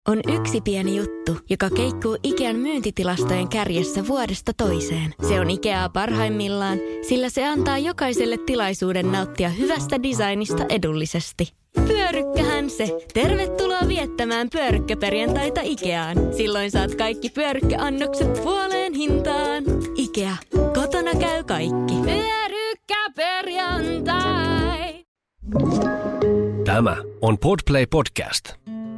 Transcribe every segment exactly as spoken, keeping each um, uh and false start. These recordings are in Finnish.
on yksi pieni juttu, joka keikkuu Ikean myyntitilastojen kärjessä vuodesta toiseen. Se on Ikeaa parhaimmillaan, sillä se antaa jokaiselle tilaisuuden nauttia hyvästä designista edullisesti. Pyörykkähän se! Tervetuloa viettämään pyörykkäperjantaita Ikeaan. Silloin saat kaikki pyörykkäannokset puoleen hintaan. Ikea. Kotona käy kaikki. Pyörykkäperjantai! Tämä on Podplay Podcast.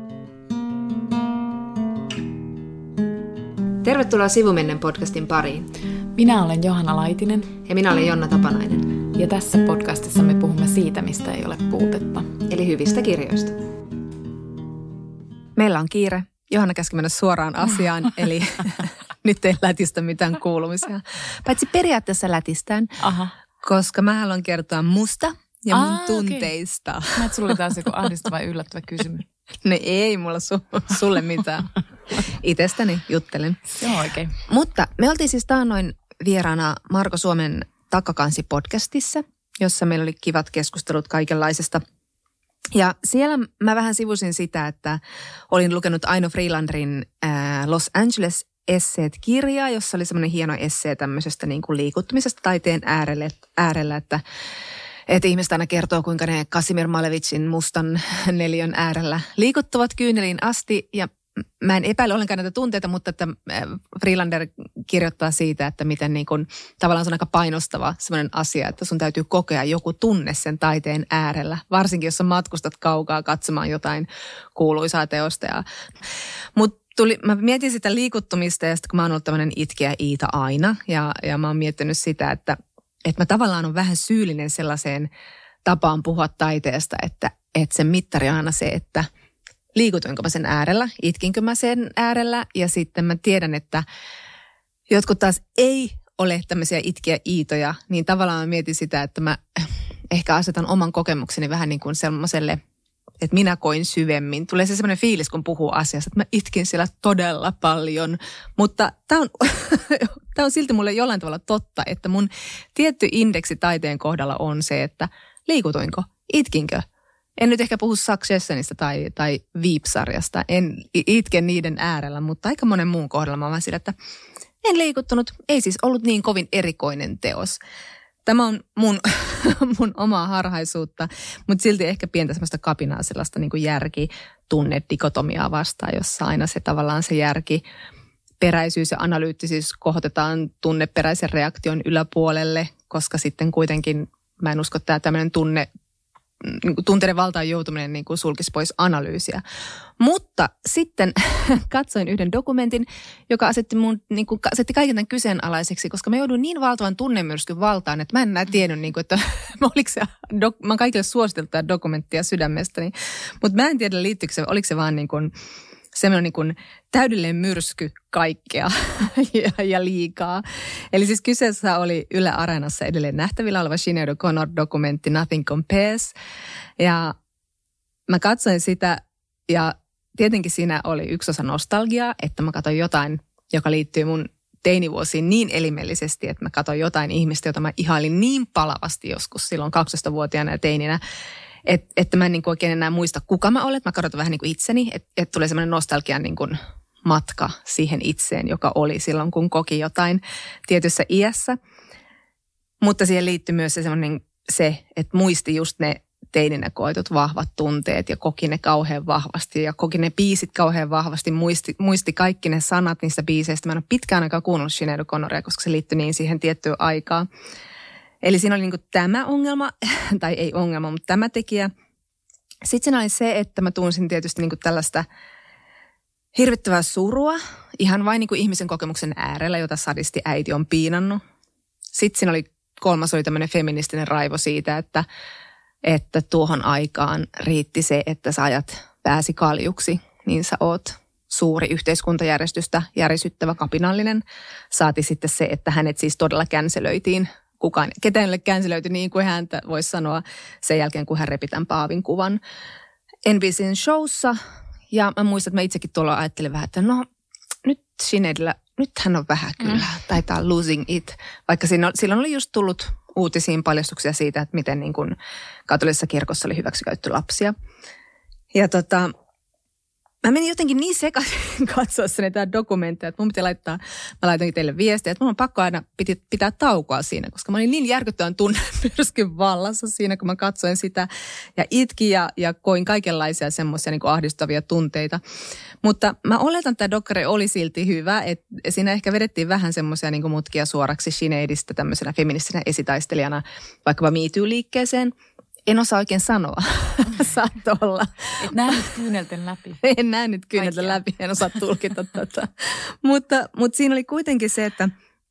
Tervetuloa Sivumennen podcastin pariin. Minä olen Johanna Laitinen. Ja minä olen Jonna Tapanainen. Ja tässä podcastissa me puhumme siitä, mistä ei ole puutetta. Eli hyvistä kirjoista. Meillä on kiire. Johanna käski mennä suoraan asiaan, eli nyt ei lätistä mitään kuulumisia. Paitsi periaatteessa lätistään, Aha. koska mä haluan kertoa musta ja mun Aa, tunteista. Okay. Mä et sulle taas joku ahdistava ja yllättävä kysymys. No ei mulla su- sulle mitään. Itsestäni juttelen. Se on oikein. Mutta me oltiin siis taannoin vieraana Marko Suomen Takkakansi-podcastissa, jossa meillä oli kivat keskustelut kaikenlaisesta. Ja siellä mä vähän sivusin sitä, että olin lukenut Aino Freelanderin ää, Los Angeles Esseet-kirjaa, jossa oli semmoinen hieno essee tämmöisestä niin kuin liikuttumisesta taiteen äärelle, äärellä, että Että ihmiset aina kertoo, kuinka ne Kasimir Malevicin mustan neliön äärellä liikuttuvat kyyneliin asti. Ja mä en epäile ollenkaan näitä tunteita, mutta että Freelander kirjoittaa siitä, että miten niin kun, tavallaan se on aika painostava sellainen asia, että sun täytyy kokea joku tunne sen taiteen äärellä. Varsinkin, jos sä matkustat kaukaa katsomaan jotain kuuluisaa teosta. Mutta Tuli, mä mietin sitä liikuttumista ja sitten kun mä oon ollut tämmöinen itkeä Iita aina ja, ja mä oon miettinyt sitä, että Että mä tavallaan on vähän syyllinen sellaiseen tapaan puhua taiteesta, että, että sen mittari on aina se, että liikutuinko mä sen äärellä, itkinkö mä sen äärellä. Ja sitten mä tiedän, että jotkut taas ei ole tämmöisiä itkiä iitoja, niin tavallaan mä mietin sitä, että mä ehkä asetan oman kokemukseni vähän niin kuin semmoiselle, että minä koin syvemmin. Tulee se semmoinen fiilis, kun puhuu asiasta, että mä itkin siellä todella paljon. Mutta tämä on, tämä on silti mulle jollain tavalla totta, että mun tietty indeksi taiteen kohdalla on se, että liikutuinko, itkinkö. En nyt ehkä puhu Successionista tai, tai Veep-sarjasta, en itke niiden äärellä, mutta aika monen muun kohdalla mä oon sillä, että en liikuttunut. Ei siis ollut niin kovin erikoinen teos. Tämä on mun, mun omaa harhaisuutta, mutta silti ehkä pientä sellaista kapinaa, sellaista niin kuin järki-tunne-dikotomiaa vastaan, jossa aina se tavallaan se järki, peräisyys ja analyyttisyys kohotetaan tunneperäisen reaktion yläpuolelle, koska sitten kuitenkin, mä en usko, että tämä tämmöinen tunne, tunteiden valtaan joutuminen niin kuin sulkisi pois analyysiä. Mutta sitten katsoin yhden dokumentin, joka asetti, mun, niin kuin, asetti kaiken tämän kyseenalaiseksi, koska mä joudun niin valtavan tunnemyrskyn valtaan, että mä en enää tiennyt, niin kuin, että oliko se, dok, mä oon kaikille suositellut tämä dokumenttia sydämestäni, mutta mä en tiedä liittyykö se, oliko se vaan niin kuin semmoinen niin kuin täydellinen myrsky kaikkea ja, ja liikaa. Eli siis kyseessä oli Yle Areenassa edelleen nähtävillä oleva Sinéad O'Connor-dokumentti Nothing Compares. Ja mä katsoin sitä ja tietenkin siinä oli yksi osa nostalgiaa, että mä katsoin jotain, joka liittyy mun teinivuosiin niin elimellisesti, että mä katsoin jotain ihmistä, jota mä ihailin niin palavasti joskus silloin kaksitoistavuotiaana ja teininä. Et, että mä en niin kuin oikein enää muista, kuka mä olen. Mä katsoin vähän niin kuin itseni, että et tulee semmoinen nostalgian niin kuin matka siihen itseen, joka oli silloin, kun koki jotain tietyssä iässä. Mutta siihen liittyy myös se, semmoinen, se, että muisti just ne teininä koetut vahvat tunteet ja koki ne kauhean vahvasti ja koki ne biisit kauhean vahvasti. Muisti, muisti kaikki ne sanat niistä biiseistä. Mä en ole pitkään aikaa kuunnellut Sinéad O'Connoria, koska se liittyi niin siihen tiettyyn aikaan. Eli siinä oli niin kuin tämä ongelma, tai ei ongelma, mutta tämä tekijä. Sitten siinä oli se, että mä tunsin tietysti niin kuin tällaista hirvittävää surua, ihan vain niin kuin ihmisen kokemuksen äärellä, jota sadisti äiti on piinannut. Sitten siinä oli kolmas oli tämmöinen feministinen raivo siitä, että, että tuohon aikaan riitti se, että sä ajat pääsi kaljuksi, niin sä oot suuri yhteiskuntajärjestystä järisyttävä kapinallinen. Saati sitten se, että hänet siis todella känselöitiin. Kukaan, ketään ei ole känselöity niin kuin häntä voisi sanoa sen jälkeen, kun hän repi tämän Paavin kuvan N B C:n showssa. Ja mä muistan, että mä itsekin tuolla ajattelin vähän, että no nyt Sinéadillä, nyt hän on vähän kyllä, mm. taitaa losing it. Vaikka silloin oli just tullut uutisiin paljastuksia siitä, että miten niin kuin katolisessa kirkossa oli hyväksikäytetty lapsia. Ja tota, Mä menin jotenkin niin sekaisin katsoessa näitä dokumentteja, että mun pitää laittaa, mä laitankin teille viestiä, että mun on pakko aina piti, pitää taukoa siinä, koska mä olin niin järkyttävän tunnemyrskyn vallassa siinä, kun mä katsoin sitä ja itkin ja, ja koin kaikenlaisia semmoisia niin kuin ahdistavia tunteita. Mutta mä oletan, että tämä dokkari oli silti hyvä, että siinä ehkä vedettiin vähän semmoisia niin kuin mutkia suoraksi Sineadista tämmöisenä feministisenä esitaistelijana vaikkapa Me Too-liikkeeseen. En osaa oikein sanoa. Saattoi olla. Et näe nyt kyynelten läpi. En näe nyt kyynelten läpi, en osaa tulkita tätä. mutta, mutta siinä oli kuitenkin se, että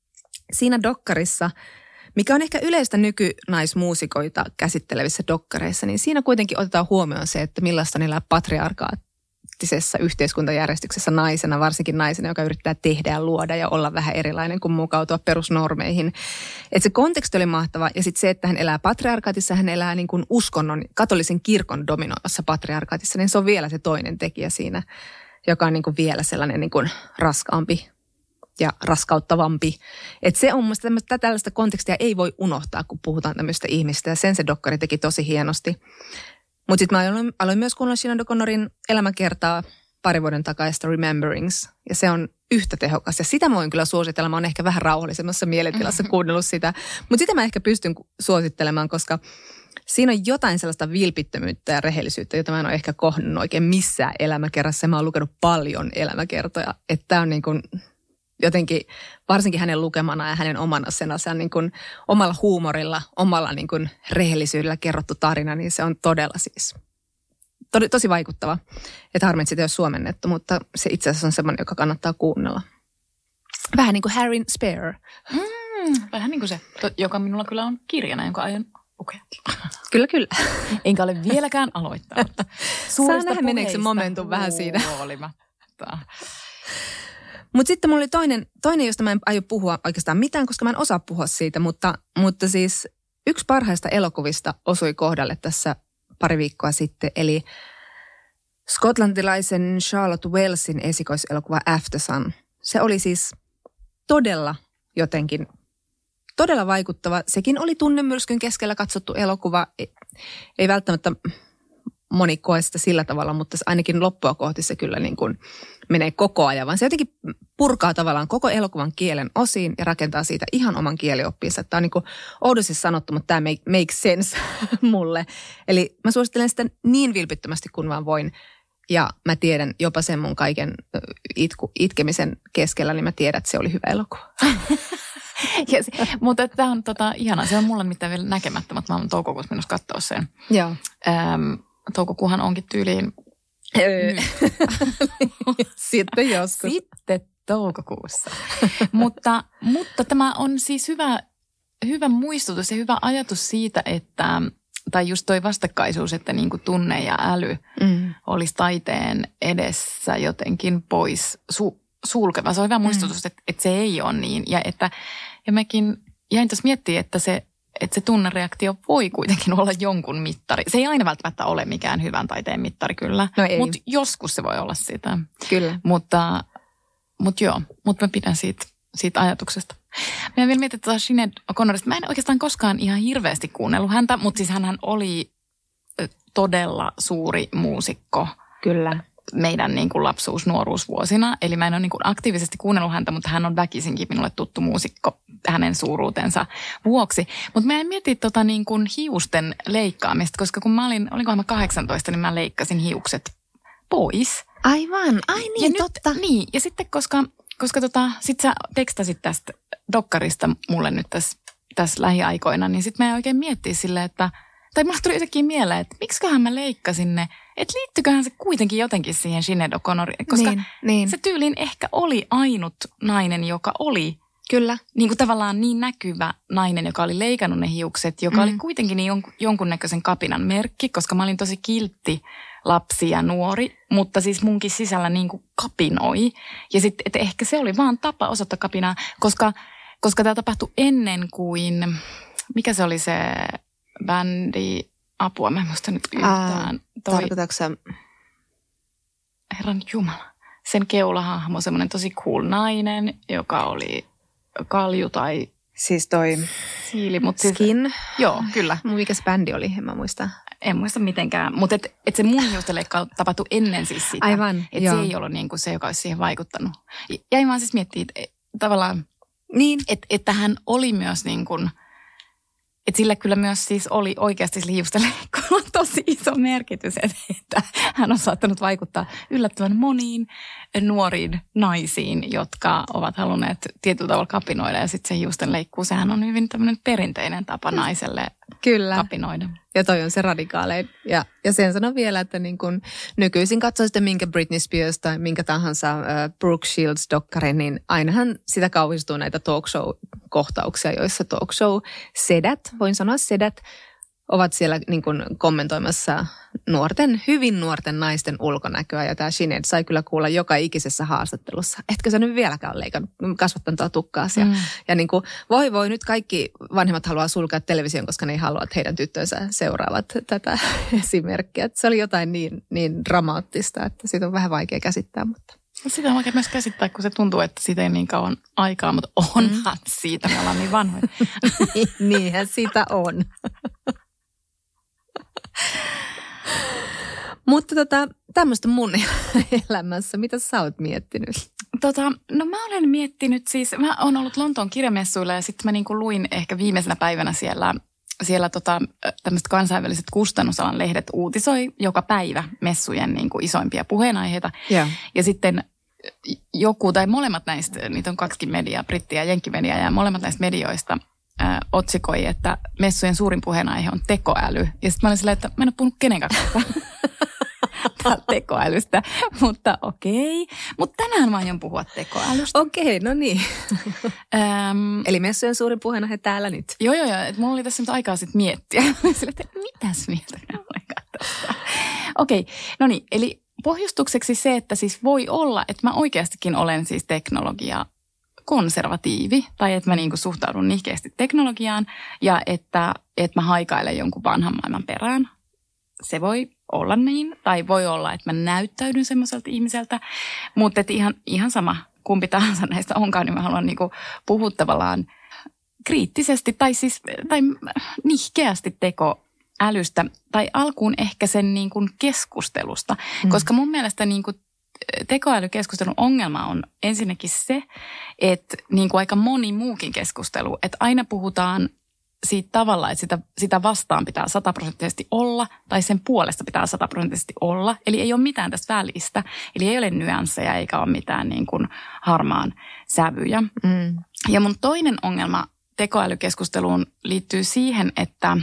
siinä dokkarissa, mikä on ehkä yleistä nykynaismuusikoita käsittelevissä dokkareissa, niin siinä kuitenkin otetaan huomioon se, että millaista niillä patriarkaattisessa yhteiskuntajärjestyksessä naisena, varsinkin naisena, joka yrittää tehdä ja luoda ja olla vähän erilainen kuin mukautua perusnormeihin. Että se konteksti oli mahtava ja sitten se, että hän elää patriarkaatissa, hän elää niin kuin uskonnon, katolisen kirkon dominoivassa patriarkaatissa, niin se on vielä se toinen tekijä siinä, joka on niin kuin vielä sellainen niin kuin raskaampi ja raskauttavampi. Että se on musta tämmöistä, tällaista kontekstia ei voi unohtaa, kun puhutaan tämmöistä ihmistä ja sen se dokkari teki tosi hienosti. Mutta sitten mä aloin, aloin myös kuunnella Sinead O'Connorin elämäkertaa pari vuoden takaista Rememberings. Ja se on yhtä tehokas. Ja sitä mä voin kyllä suositella. Mä oon ehkä vähän rauhallisemmassa mielentilassa kuunnellut sitä. Mutta sitä mä ehkä pystyn suosittelemaan, koska siinä on jotain sellaista vilpittömyyttä ja rehellisyyttä, jota mä en ole ehkä kohdannut oikein missään elämäkerrassa. Mä oon lukenut paljon elämäkertoja. Että tää on niin kuin jotenkin, varsinkin hänen lukemana ja hänen omana senasaan niin kuin omalla huumorilla, omalla niin kuin rehellisyydellä kerrottu tarina, niin se on todella siis to, tosi vaikuttava. Että harmi, että sitä ei ole suomennettu, mutta se itse asiassa on semmoinen, joka kannattaa kuunnella. Vähän niin kuin Harryn Spare. Mm, vähän niin kuin se, joka minulla kyllä on kirjana, jonka aion lukea. Kyllä, kyllä. Enkä ole vieläkään aloittanut. Saa nähdä, meneekö se momentum vähän siinä. Huolimatta. Mutta sitten mulla oli toinen, toinen, josta mä en aio puhua oikeastaan mitään, koska mä en osaa puhua siitä, mutta, mutta siis yksi parhaista elokuvista osui kohdalle tässä pari viikkoa sitten, eli skotlantilaisen Charlotte Welsin esikoiselokuva After Sun. Se oli siis todella jotenkin, todella vaikuttava. Sekin oli tunnemyrskyn keskellä katsottu elokuva, ei, ei välttämättä moni koe sitä sillä tavalla, mutta ainakin loppua kohti se kyllä niin kuin menee koko ajan, vaan se jotenkin purkaa tavallaan koko elokuvan kielen osiin ja rakentaa siitä ihan oman kielioppinsa. Tämä on niin kuin oudosti sanottu, mutta tämä make, make sense mulle. Eli mä suosittelen sitä niin vilpittömästi kuin vaan voin ja mä tiedän jopa sen mun kaiken itku, itkemisen keskellä, niin mä tiedän, että se oli hyvä elokuva. Yes, mutta tämä on tota, ihanaa. Se on mulle mitään vielä näkemättä, mutta mä oon toukokuussa menossa katsoa sen. Joo. Ähm, toukokuuhan onkin tyyliin Sitten joskus. Sitten toukokuussa. mutta, mutta tämä on siis hyvä, hyvä muistutus ja hyvä ajatus siitä, että, tai just toi vastakkaisuus, että niin kuin tunne ja äly mm. olisi taiteen edessä jotenkin pois su, sulkeva. Se on hyvä muistutus, mm. että, että se ei ole niin. Ja, että, ja mekin jäin tuossa miettimään, että se että se tunnereaktio voi kuitenkin olla jonkun mittari. Se ei aina välttämättä ole mikään hyvän taiteen mittari kyllä, no mutta joskus se voi olla sitä. Kyllä. Mutta, mutta joo, mutta mä pidän siitä, siitä ajatuksesta. Mä vielä mietin tuota Sinead O'Connorista. Mä en oikeastaan koskaan ihan hirveästi kuunnellut häntä, mutta siis hänhän oli todella suuri muusikko. Kyllä. Meidän niin kuin lapsuus, nuoruusvuosina. Eli mä en ole niin kuin aktiivisesti kuunnellut häntä, mutta hän on väkisinkin minulle tuttu muusikko hänen suuruutensa vuoksi. Mutta mä en mieti tota niin kuin hiusten leikkaamista, koska kun mä olin, olinkohan mä kahdeksantoista, niin mä leikkasin hiukset pois. Aivan, ai niin, ja totta. Nyt, niin, ja sitten koska, koska tota, sit sä tekstasit tästä dokkarista mulle nyt tässä, tässä lähiaikoina, niin sit mä en oikein miettiä silleen, että tai mulle tuli jotenkin mieleen, että miksiköhän mä leikkasin ne, että liittyköhän se kuitenkin jotenkin siihen Sinead O'Connoriin, koska niin, niin. se tyyliin ehkä oli ainut nainen, joka oli kyllä niin kuin tavallaan niin näkyvä nainen, joka oli leikannut ne hiukset, joka mm. oli kuitenkin niin jon, jonkunnäköisen kapinan merkki, koska mä olin tosi kiltti lapsi ja nuori, mutta siis munkin sisällä niin kuin kapinoi. Ja sitten, että ehkä se oli vaan tapa osoittaa kapinaa, koska, koska tämä tapahtui ennen kuin, mikä se oli se bändi, apua, mä en muista nyt yhtään. Toi... Tarkoitatko sä? Herran Jumala. Sen keulahahmo, semmoinen tosi cool nainen, joka oli kalju tai Siis toi Siili, mutta siis, Skin. Joo, kyllä. Mikäs bändi oli, en mä muista. En muista mitenkään, mutta et, et se mun hiustenleikkaus tapahtui ennen siis sitä. Aivan, että se ei ollut niinku se, joka olisi siihen vaikuttanut. Jäin vaan siis miettimään, että tavallaan, niin. että että hän oli myös niin kuin, että sillä kyllä myös siis oli oikeasti sillä hiustenleikkauksella tosi iso merkitys, että hän on saattanut vaikuttaa yllättävän moniin nuoriin naisiin, jotka ovat halunneet tietyllä tavalla kapinoida. Ja sitten se hiustenleikkuu, sehän on hyvin tämmöinen perinteinen tapa naiselle kyllä. kapinoida. Ja toi on se radikaalein. Ja, ja sen sanon vielä, että niin kun nykyisin katsoo sitten minkä Britney Spears tai minkä tahansa äh, Brooke Shields-dokkari, niin ainahan sitä kauhistuu näitä talk show-kohtauksia, joissa talk show-sedät, voin sanoa sedät, ovat siellä niin kun kommentoimassa nuorten, hyvin nuorten naisten ulkonäköä. Ja tämä Sinead sai kyllä kuulla joka ikisessä haastattelussa. Etkö sä nyt vieläkään ole leikannut, kasvattanut tuo tukkaasi? Ja, mm. ja niin kuin, voi voi, nyt kaikki vanhemmat haluaa sulkea television, koska ne ei halua, että heidän tyttönsä seuraavat tätä esimerkkiä. Että se oli jotain niin, niin dramaattista, että siitä on vähän vaikea käsittää, mutta... Sitä on vaikea myös käsittää, kun se tuntuu, että siitä ei niin kauan aikaa, mutta onhan mm. siitä, me ollaan niin vanhoja. Niinhän sitä on. Mutta tota, tämmöistä mun elämässä. Mitä sä oot miettinyt? Tota, no mä olen miettinyt siis, mä oon ollut Lontoon kirjamessuilla ja sitten mä niin kuin luin ehkä viimeisenä päivänä siellä, siellä tota, tämmöiset kansainväliset kustannusalan lehdet uutisoi joka päivä messujen niin kuin isoimpia puheenaiheita. Yeah. Ja sitten joku tai molemmat näistä, niitä on kaksikin mediaa, britti- ja jenkkimediaa, ja molemmat näistä medioista ää, otsikoi, että messujen suurin puheenaihe on tekoäly. Ja sitten mä olin silleen, että mä en ole puhunut kenenkään tekoälystä, mutta okei. Mutta tänään mä aion puhua tekoälystä. Okei, no niin. Ähm, Eli messujen suurin puheenaihe täällä nyt. Joo, joo, joo. Mulla oli tässä nyt aikaa sitten miettiä. Sille, että mitäs mieltä minä olen tästä. Okei, no niin. Eli pohjustukseksi se, että siis voi olla, että mä oikeastikin olen siis teknologia konservatiivi, tai että mä niinku suhtaudun nihkeästi teknologiaan, ja että, että mä haikailen jonkun vanhan maailman perään. Se voi olla niin, tai voi olla, että mä näyttäydyn semmoiselta ihmiseltä, mutta että ihan, ihan sama, kumpi tahansa näistä onkaan, niin mä haluan niinku puhua tavallaan kriittisesti, tai siis tai nihkeästi tekoälystä, tai alkuun ehkä sen niin kuin keskustelusta, mm. koska mun mielestä niin kuin tekoälykeskustelun ongelma on ensinnäkin se, että niin kuin aika moni muukin keskustelu, että aina puhutaan siitä tavalla, että sitä, sitä vastaan pitää sataprosenttisesti olla, tai sen puolesta pitää sataprosenttisesti olla, eli ei ole mitään tästä välistä, eli ei ole nyansseja eikä ole mitään niin kuin harmaan sävyjä. Mm. Ja mun toinen ongelma tekoälykeskusteluun liittyy siihen, että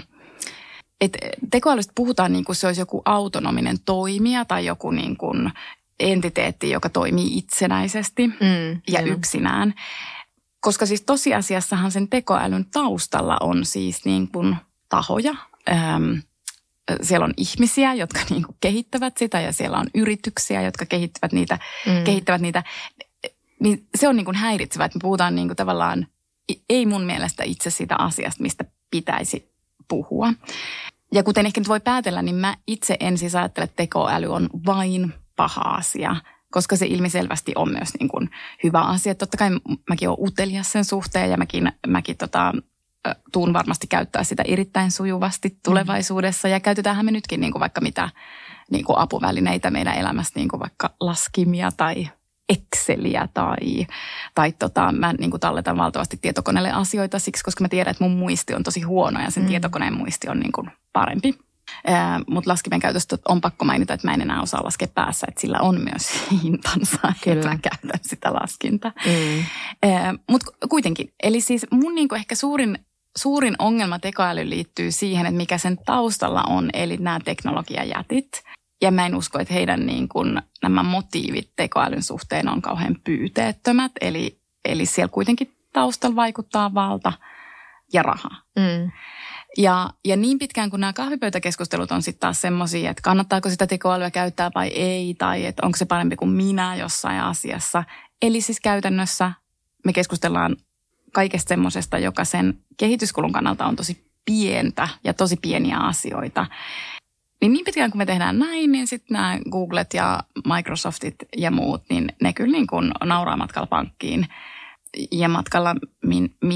et tekoälystä puhutaan niin kuin se olisi joku autonominen toimija tai joku niin kuin entiteetti, joka toimii itsenäisesti mm, ja joo. yksinään. Koska siis tosiasiassahan sen tekoälyn taustalla on siis niin kuin tahoja. Ähm, siellä on ihmisiä, jotka niin kuin kehittävät sitä ja siellä on yrityksiä, jotka kehittävät niitä. Mm. kehittävät niitä. Niin se on niin kuin häiritsevää, että me puhutaan niin kuin tavallaan, ei mun mielestä itse siitä asiasta, mistä pitäisi puhua. Ja kuten ehkä nyt voi päätellä, niin mä itse en siis ajattele, että tekoäly on vain paha asia, koska se ilmiselvästi on myös niin kuin hyvä asia. Totta kai mäkin olen utelias sen suhteen ja mäkin, mäkin tota, tuun varmasti käyttää sitä erittäin sujuvasti tulevaisuudessa. Ja käytetäänhän me nytkin niin kuin vaikka mitä niin kuin apuvälineitä meidän elämässä, niin kuin vaikka laskimia tai Exceliä tai, tai tota, mä niin kuin talletan valtavasti tietokoneelle asioita siksi, koska mä tiedän, että mun muisti on tosi huono ja sen mm. tietokoneen muisti on niin kuin parempi. Mutta laskimen käytöstä on pakko mainita, että mä en enää osaa laskea päässä, että sillä on myös hintansa, että mä käytän sitä laskinta. Mm. Mutta kuitenkin, eli siis mun niinku ehkä suurin, suurin ongelma tekoälyyn liittyy siihen, että mikä sen taustalla on, eli nämä teknologiajätit. Ja mä en usko, että heidän niin kuin, nämä motiivit tekoälyn suhteen on kauhean pyyteettömät, eli, eli siellä kuitenkin taustalla vaikuttaa valta ja raha. Mm. Ja, ja niin pitkään kuin nämä kahvipöytäkeskustelut on sitten taas semmoisia, että kannattaako sitä tekoälyä käyttää vai ei, tai että onko se parempi kuin minä jossain asiassa. Eli siis käytännössä me keskustellaan kaikesta semmoisesta, joka sen kehityskulun kannalta on tosi pientä ja tosi pieniä asioita. Niin niin pitkään kuin me tehdään näin, niin sitten nämä Googlet ja Microsoftit ja muut, niin ne kyllä niin kuin nauraa matkalla pankkiin ja matkalla minne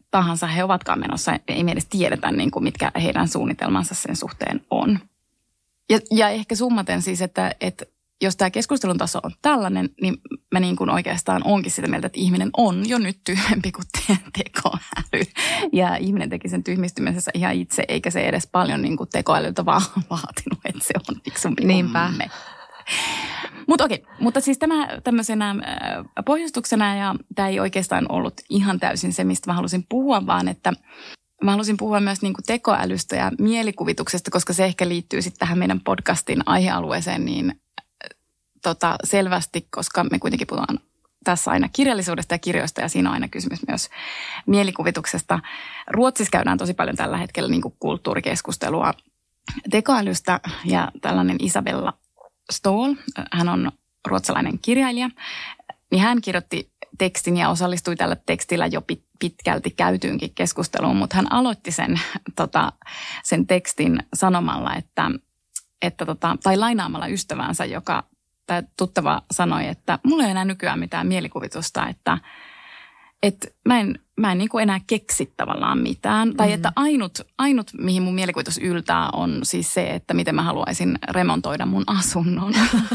tahansa he ovatkaan menossa, ei me edes tiedetä, niin kuin mitkä heidän suunnitelmansa sen suhteen on. Ja, ja ehkä summaten siis, että, että jos tämä keskustelun taso on tällainen, niin mä niin kuin oikeastaan onkin sitä mieltä, että ihminen on jo nyt tyhmempi kuin tekoäly. Ja ihminen teki sen tyhmistymisessä ihan itse, eikä se edes paljon niin kuin tekoälyltä vaan vaatinut, että se on fiksumpi kuin me. Mutta okei, mutta siis tämä tämmöisenä pohjustuksena, ja tämä ei oikeastaan ollut ihan täysin se, mistä mä halusin puhua, vaan että mä halusin puhua myös niin kuin tekoälystä ja mielikuvituksesta, koska se ehkä liittyy sitten tähän meidän podcastin aihealueeseen niin tota, selvästi, koska me kuitenkin puhutaan tässä aina kirjallisuudesta ja kirjoista, ja siinä on aina kysymys myös mielikuvituksesta. Ruotsissa käydään tosi paljon tällä hetkellä niin kuin kulttuurikeskustelua tekoälystä, ja tällainen Isabella Ståhl, hän on ruotsalainen kirjailija, niin hän kirjoitti tekstin ja osallistui tällä tekstillä jo pitkälti käytyynkin keskusteluun, mutta hän aloitti sen, tota, sen tekstin sanomalla, että, että tota, tai lainaamalla ystävänsä, joka tai tuttava sanoi, että mulla ei enää nykyään mitään mielikuvitusta, että, että mä en, mä en niin kuin enää keksi tavallaan mitään. Mm. Tai että ainut, ainut, mihin mun mielikuvitus yltää, on siis se, että miten mä haluaisin remontoida mun asunnon.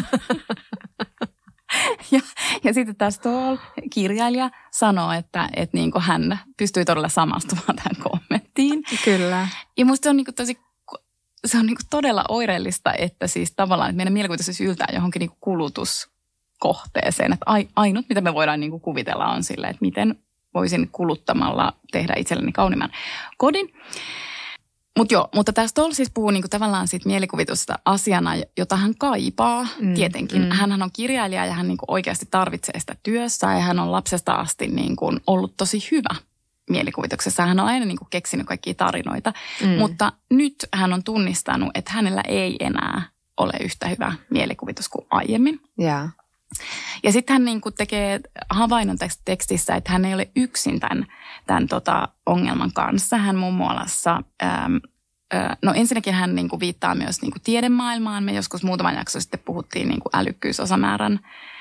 ja, ja sitten tämä Ståhl, kirjailija, sanoo, että, että niin kuin hän pystyy todella samastumaan tähän kommenttiin. Kyllä. Ja musta se on niin kuin tosi... Se on niin kuin todella oireellista, että siis tavallaan että meidän mielikuvitus siis yltää johonkin niin kuin kulutuskohteeseen. Että ainut, mitä me voidaan niin kuin kuvitella, on sille, että miten voisin kuluttamalla tehdä itselleni kauniimman kodin. Mut joo, mutta tämä Ståhl siis puhuu niin kuin tavallaan siitä mielikuvitusta asiana, jota hän kaipaa mm, tietenkin. Mm. Hänhän on kirjailija ja hän niin kuin oikeasti tarvitsee sitä työssä, ja hän on lapsesta asti niin kuin ollut tosi hyvä mielikuvituksessa. Hän on aina niin kuin keksinyt kaikkia tarinoita, mm. mutta nyt hän on tunnistanut, että hänellä ei enää ole yhtä hyvä mielikuvitus kuin aiemmin. Yeah. Ja sitten hän niin kuin tekee havainnon tekstissä, että hän ei ole yksin tämän, tämän tota ongelman kanssa. Hän muun muassa, äm, ä, no ensinnäkin hän niin kuin viittaa myös niin kuin tiedemaailmaan. Me joskus muutaman jakso sitten puhuttiin niin kuin älykkyysosamäärän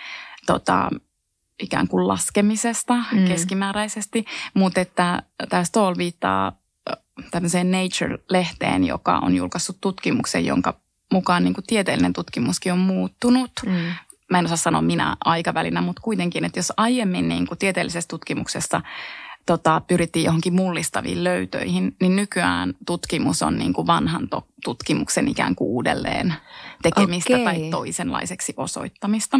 tota, ikään kuin laskemisesta mm. keskimääräisesti, mutta että tämä Ståhl viittaa tämmöiseen Nature-lehteen, joka on julkaissut tutkimuksen, jonka mukaan niin kuin tieteellinen tutkimuskin on muuttunut. Mm. Mä en osaa sanoa minä aikavälinä, mutta kuitenkin, että jos aiemmin niin kuin tieteellisessä tutkimuksessa tota, pyrittiin johonkin mullistaviin löytöihin, niin nykyään tutkimus on niin kuin vanhan to- tutkimuksen ikään kuin uudelleen tekemistä okay. tai toisenlaiseksi osoittamista.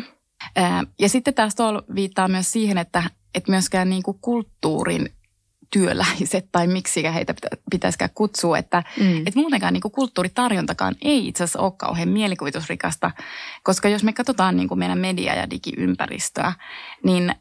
Ja sitten tämä Ståhl viittaa myös siihen, että, että myöskään niin kuin kulttuurin työläiset, tai miksi heitä pitäisikään kutsua, että, mm. että muutenkaan niin kuin kulttuuritarjontakaan ei itse asiassa ole kauhean mielikuvitusrikasta, koska jos me katsotaan niin kuin meidän media- ja digiympäristöä, niin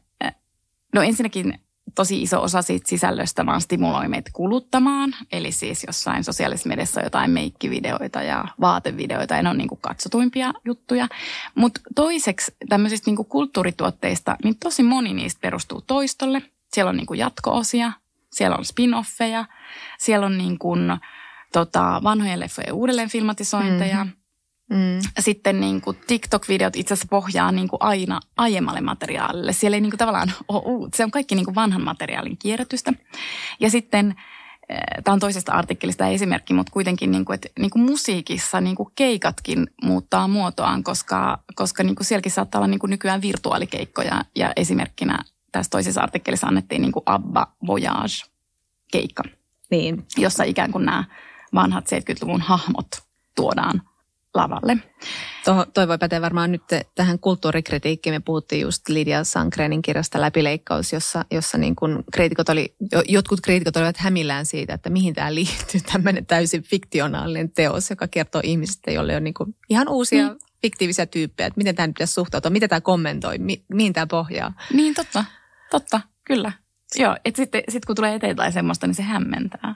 no ensinnäkin tosi iso osa siitä sisällöstä vaan stimuloi meitä kuluttamaan. Eli siis jossain sosiaalisessa mediassa jotain meikkivideoita ja vaatevideoita, ja ne on niin kuin katsotuimpia juttuja. Mutta toiseksi tämmöisistä niin kuin kulttuurituotteista, niin tosi moni niistä perustuu toistolle. Siellä on niin kuin jatko-osia, siellä on spin-offeja, siellä on niin kuin, tota, vanhojen leffojen uudelleenfilmatisointeja. Mm-hmm. Mm. Sitten niin kuin TikTok-videot itse asiassa pohjaa niin kuin aina aiemmalle materiaalille. Siellä ei niin kuin tavallaan ole uut. Se on kaikki niin kuin vanhan materiaalin kierrätystä. Ja sitten, tämä on toisesta artikkelista esimerkki, mutta kuitenkin niin kuin, että niin kuin musiikissa niin kuin keikatkin muuttaa muotoaan, koska, koska niin kuin sielläkin saattaa olla niin kuin nykyään virtuaalikeikkoja. Ja esimerkkinä tässä toisessa artikkelissa annettiin niin kuin Abba Voyage-keikka, niin. jossa ikään kuin nämä vanhat seitsemänkymmentäluvun hahmot tuodaan lavalle. Toho, toi voi päteä varmaan nyt tähän kulttuurikritiikkiin. Me puhuttiin just Lydia Sandgrenin kirjasta Läpileikkaus, jossa, jossa niin kuin kriitikot oli, jotkut kriitikot olivat hämillään siitä, että mihin tämä liittyy tämmöinen täysin fiktionaalinen teos, joka kertoo ihmisistä, joille on niin kuin ihan uusia mm. fiktiivisiä tyyppejä, että miten tämä nyt pitäisi suhtautua, miten tämä kommentoi, mi, mihin tämä pohjaa. Niin totta, totta, kyllä. Joo, että sitten sit kun tulee eteenpäin semmoista, niin se hämmentää.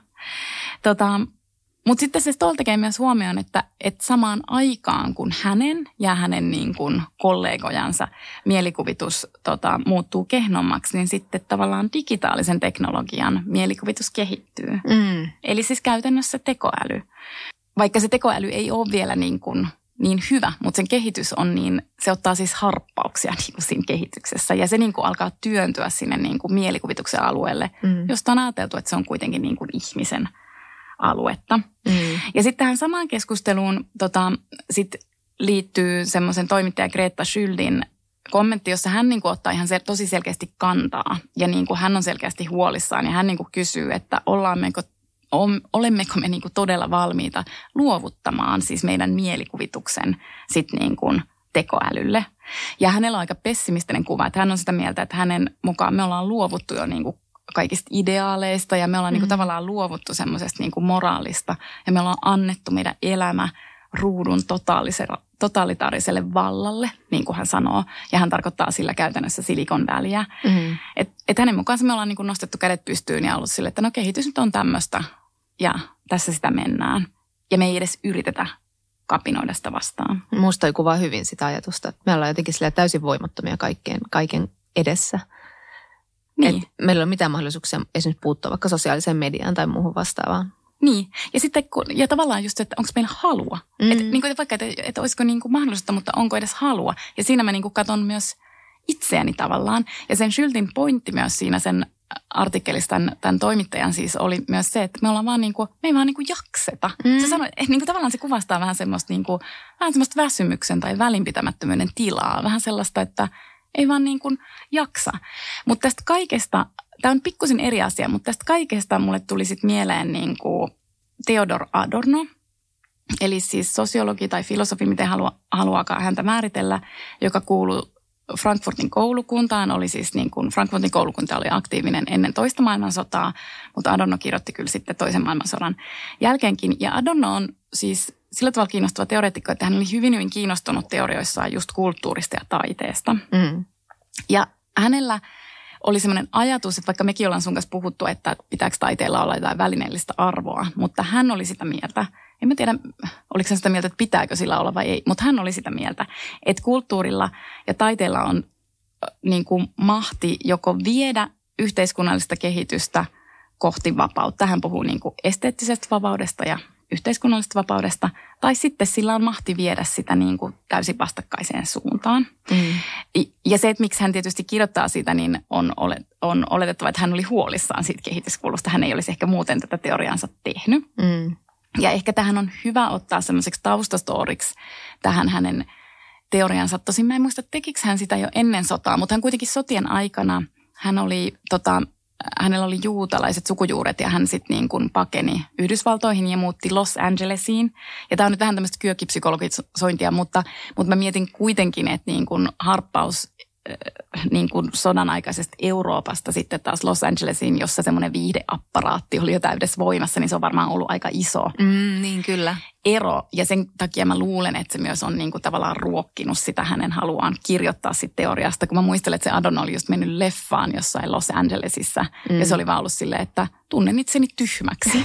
Tota, mutta sitten se Ståhl tekee myös huomioon, että, että samaan aikaan kun hänen ja hänen niin kuin kollegojansa mielikuvitus tota, muuttuu kehnommaksi, niin sitten tavallaan digitaalisen teknologian mielikuvitus kehittyy. Mm. Eli siis käytännössä tekoäly. Vaikka se tekoäly ei ole vielä niin kuin niin hyvä, mutta sen kehitys on niin, se ottaa siis harppauksia niin kuin siinä kehityksessä. Ja se niin kuin alkaa työntyä sinne niin kuin mielikuvituksen alueelle, mm. josta on ajateltu, että se on kuitenkin niin kuin ihmisen aluetta. Mm. Ja sitten tähän samaan keskusteluun tota, sit liittyy semmoisen toimittaja Greta Skyldin kommentti, jossa hän niin kuin ottaa ihan se, tosi selkeästi kantaa. Ja niin kuin hän on selkeästi huolissaan ja hän niin kuin kysyy, että ollaanko olemmeko me niin kuin todella valmiita luovuttamaan siis meidän mielikuvituksen sit niin kuin tekoälylle. Ja hänellä on aika pessimistinen kuva, että hän on sitä mieltä, että hänen mukaan me ollaan luovuttu jo niin kuin kaikista ideaaleista ja me ollaan mm. niin kuin tavallaan luovuttu semmoisesta niin kuin moraalista ja me ollaan annettu meidän elämä ruudun totalitaariselle vallalle, niin kuin hän sanoo. Ja hän tarkoittaa sillä käytännössä Silicon Valleyä. Mm. Että et hänen mukaansa me ollaan niin kuin nostettu kädet pystyyn ja ollut sille, että no kehitys nyt on tämmöistä ja tässä sitä mennään. Ja me ei edes yritetä kapinoida sitä vastaan. Musta ei kuvaa hyvin sitä ajatusta, että me ollaan jotenkin sillä täysin voimattomia kaikkeen, kaiken edessä. Niin. Et meillä ei ole mitään mahdollisuuksia esimerkiksi puuttua vaikka sosiaaliseen mediaan tai muuhun vastaavaan. Niin, ja sitten ja tavallaan just, että onko meillä halua. Mm. Että niin vaikka, että, että olisiko niin kuin mahdollista, mutta onko edes halua. Ja siinä mä niin kuin katson myös itseäni tavallaan. Ja sen Skyldin pointti myös siinä sen artikkelissa tämän, tämän toimittajan siis oli myös se, että me ollaan vaan niin kuin, me ei vaan niin kuin jakseta. Mm. Se sanoi, että niin kuin tavallaan se kuvastaa vähän semmoista, niin kuin, vähän semmoista väsymyksen tai välinpitämättömyyden tilaa. Vähän sellaista, että ei vaan niin kuin jaksa. Mutta tästä kaikesta, tämä on pikkusen eri asia, mutta tästä kaikesta mulle tuli sitten mieleen niin kuin Theodor Adorno, eli siis sosiologi tai filosofi, miten halua, haluaakaan häntä määritellä, joka kuuluu Frankfurtin koulukuntaan. Oli siis niin kuin, Frankfurtin koulukunta oli aktiivinen ennen toista maailmansotaa, mutta Adorno kirjoitti kyllä sitten toisen maailmansodan jälkeenkin. Ja Adorno on siis sillä tavalla kiinnostava teoreetikko, että hän oli hyvin, hyvin kiinnostunut teorioissaan just kulttuurista ja taiteesta. Mm. Ja hänellä oli semmoinen ajatus, että vaikka mekin ollaan sun kanssa puhuttu, että pitääkö taiteella olla jotain välineellistä arvoa, mutta hän oli sitä mieltä, en mä tiedä, oliko hän sitä mieltä, että pitääkö sillä olla vai ei, mutta hän oli sitä mieltä, että kulttuurilla ja taiteella on niin kuin mahti joko viedä yhteiskunnallista kehitystä kohti vapautta. Hän puhuu niin kuin esteettisestä vapaudesta ja yhteiskunnallisesta vapaudesta, tai sitten sillä on mahti viedä sitä niin kuin täysin vastakkaiseen suuntaan. Mm. Ja se, että miksi hän tietysti kirjoittaa siitä, niin on, olet, on oletettava, että hän oli huolissaan siitä kehityskulusta. Hän ei olisi ehkä muuten tätä teoriaansa tehnyt. Mm. Ja ehkä tähän on hyvä ottaa semmoiseksi taustastooriksi tähän hänen teoriansa. Tosin mä en muista, tekikö hän sitä jo ennen sotaa, mutta hän kuitenkin sotien aikana, hän oli tota, hänellä oli juutalaiset sukujuuret ja hän sitten niin kuin pakeni Yhdysvaltoihin ja muutti Los Angelesiin. Ja tämä on nyt vähän tämmöistä kyökipsykologisointia, mutta, mutta mä mietin kuitenkin, että niin kuin harppaus niin kuin sodan aikaisesta Euroopasta sitten taas Los Angelesiin, jossa semmoinen viihdeapparaatti oli jo täydessä voimassa, niin se on varmaan ollut aika iso mm, niin kyllä. ero. Ja sen takia mä luulen, että se myös on niin kuin tavallaan ruokkinut sitä hänen haluaan kirjoittaa sit teoriasta. Kun mä muistelen, että se Adorno oli just mennyt leffaan jossain Los Angelesissa mm. ja se oli vaan ollut silleen, että tunnen itseni tyhmäksi.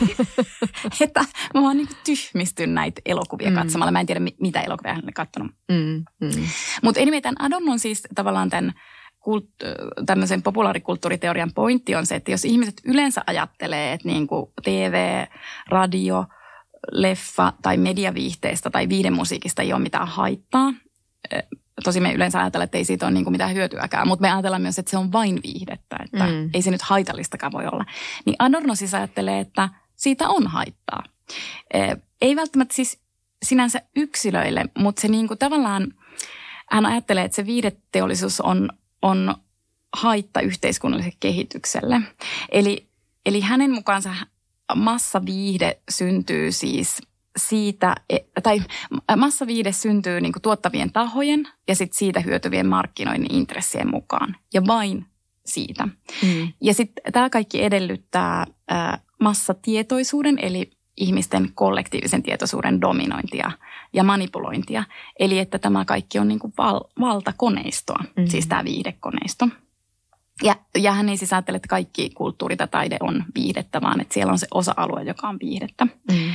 Että mä vaan niin kuin tyhmistyn näitä elokuvia mm. katsomalla. Mä en tiedä, mitä elokuvia hän oli katsonut. Mm. Mm. Mutta anyway, tämän Adornon siis tavallaan tämän kult- tämmöisen populaarikulttuuriteorian pointti on se, että jos ihmiset yleensä ajattelee, että niin kuin T V, radio, leffa tai mediaviihteestä tai viihdemusiikista ei ole mitään haittaa. Tosin me yleensä ajatellaan, että ei siitä ole niin kuin mitään hyötyäkään, mutta me ajatellaan myös, että se on vain viihdettä, että mm. ei se nyt haitallistakaan voi olla. Niin Adorno siis ajattelee, että siitä on haittaa. Ei välttämättä siis sinänsä yksilöille, mutta se niin kuin tavallaan, hän ajattelee, että se viihdeteollisuus on, on haitta yhteiskunnalliselle kehitykselle. Eli, eli hänen mukaansa massaviihde syntyy siis siitä, tai massaviihde syntyy niin kuin tuottavien tahojen ja sitten siitä hyötyvien markkinoinnin intressien mukaan. Ja vain siitä. Mm. Ja sitten tämä kaikki edellyttää äh, massatietoisuuden, eli ihmisten kollektiivisen tietoisuuden dominointia ja manipulointia. Eli että tämä kaikki on niin kuin val- valtakoneistoa, mm. siis tämä viihdekoneisto. Ja, ja hän ei siis ajattele, että kaikki kulttuuri tai taide on viihdettä, vaan että siellä on se osa-alue, joka on viihdettä. Mm.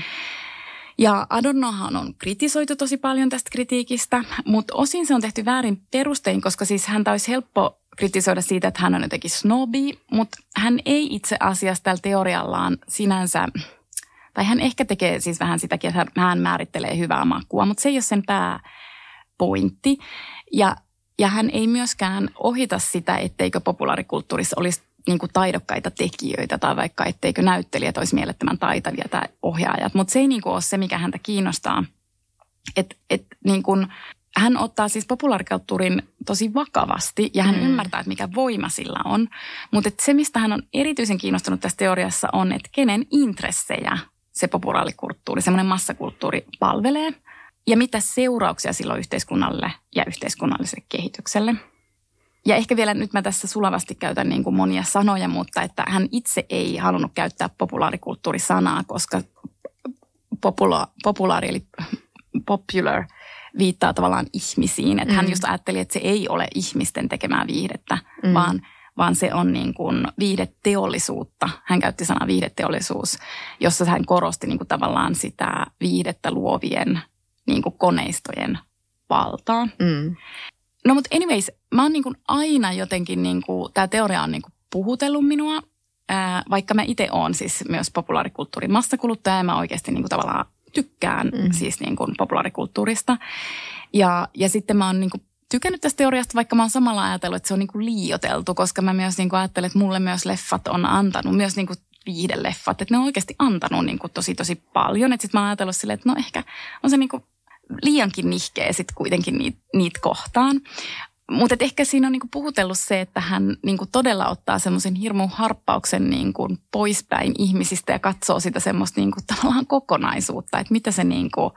Ja Adornohan on kritisoitu tosi paljon tästä kritiikistä, mutta osin se on tehty väärin perustein, koska siis häntä olisi helppo kritisoida siitä, että hän on jotenkin snobi, mutta hän ei itse asiassa tällä teoriallaan sinänsä, tai hän ehkä tekee siis vähän sitäkin, että hän määrittelee hyvää makua, mutta se ei ole sen pääpointti. Ja, ja hän ei myöskään ohita sitä, etteikö populaarikulttuurissa olisi niin kuin taidokkaita tekijöitä tai vaikka etteikö näyttelijät olisi mielettömän taitavia tai ohjaajat. Mutta se ei niin kuin ole se, mikä häntä kiinnostaa. Että et, niin kuin hän ottaa siis populaarikulttuurin tosi vakavasti ja hän mm. ymmärtää, että mikä voima sillä on. Mutta se, mistä hän on erityisen kiinnostunut tässä teoriassa on, että kenen intressejä se populaarikulttuuri, semmoinen massakulttuuri palvelee ja mitä seurauksia sillä on yhteiskunnalle ja yhteiskunnalliselle kehitykselle. Ja ehkä vielä nyt mä tässä sulavasti käytän niin kuin monia sanoja, mutta että hän itse ei halunnut käyttää populaarikulttuurisanaa, koska popula- populaari eli popular viittaa tavallaan ihmisiin. Että mm. hän just ajatteli, että se ei ole ihmisten tekemää viihdettä, mm. vaan, vaan se on niin kuin viihdeteollisuutta. Hän käytti sanaa viihdeteollisuus, jossa hän korosti niin kuin tavallaan sitä viihdettä luovien niin kuin koneistojen valtaa. Mm. No mutta anyways, mä oon niin kuin aina jotenkin, niin kuin, tää teoria on niin kuin puhutellut minua, ää, vaikka mä itse oon siis myös populaarikulttuurin massakuluttaja ja mä oikeasti niin kuin tavallaan tykkään mm. siis niin kuin populaarikulttuurista. Ja, ja sitten mä oon niin kuin tykännyt tästä teoriasta, vaikka mä oon samalla ajatellut, että se on niin kuin liioiteltu, koska mä myös niin kuin ajattelen, että mulle myös leffat on antanut, myös niin kuin viihdeleffat, että ne on oikeasti antanut niin kuin tosi tosi paljon. Että sit mä oon ajatellut silleen, että no ehkä on se niin kuin liiankin nihkeä sitten kuitenkin niitä niit kohtaan. Mutta ehkä siinä on niinku puhutellut se, että hän niinku todella ottaa semmoisen hirmun harppauksen niinku poispäin ihmisistä ja katsoo sitä semmoista niinku tavallaan kokonaisuutta, että mitä se, niinku,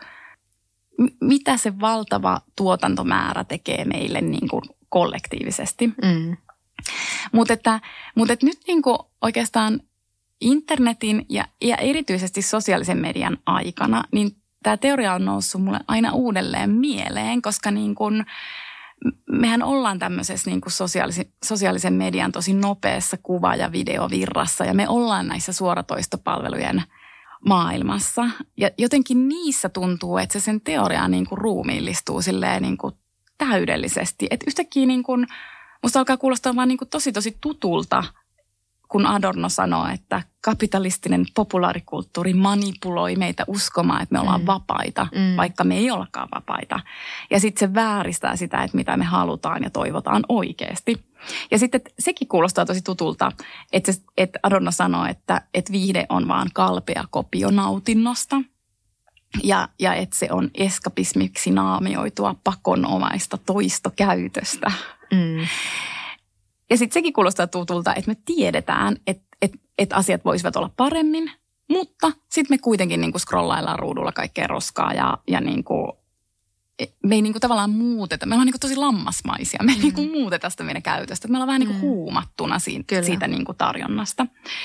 mitä se valtava tuotantomäärä tekee meille niinku kollektiivisesti. Mm. Mutta että, mut et nyt niinku oikeastaan internetin ja, ja erityisesti sosiaalisen median aikana, niin tämä teoria on noussut mulle aina uudelleen mieleen, koska niin kun, mehän ollaan tämmöisessä niin kun sosiaalisen, sosiaalisen median tosi nopeassa kuva- ja videovirrassa ja me ollaan näissä suoratoistopalvelujen maailmassa. Ja jotenkin niissä tuntuu, että se sen teoria niin kun ruumiillistuu silleen niin kun täydellisesti. Että yhtäkkiä niin kun, musta alkaa kuulostaa vaan niin kun tosi tosi tutulta, kun Adorno sanoo, että kapitalistinen populaarikulttuuri manipuloi meitä uskomaan, että me ollaan mm. vapaita, mm. vaikka me ei ollakaan vapaita. Ja sitten se vääristää sitä, että mitä me halutaan ja toivotaan oikeasti. Ja sitten sekin kuulostaa tosi tutulta, että, se, että Adorno sanoo, että, että viihde on vaan kalpea kopio nautinnosta. Ja, ja että se on eskapismiksi naamioitua pakonomaista toistokäytöstä. Mm. Ja sitten sekin kuulostaa tutulta, että me tiedetään, että, että, että asiat voisivat olla paremmin, mutta sitten me kuitenkin niin kuin scrollaillaan ruudulla kaikkea roskaa ja, ja niin kuin, me ei niin kuin tavallaan muuteta. Me ollaan niin kuin tosi lammasmaisia, me ei mm. niin kuin muuteta sitä meidän käytöstä. Me ollaan vähän niin kuin huumattuna siitä, siitä niin kuin tarjonnasta.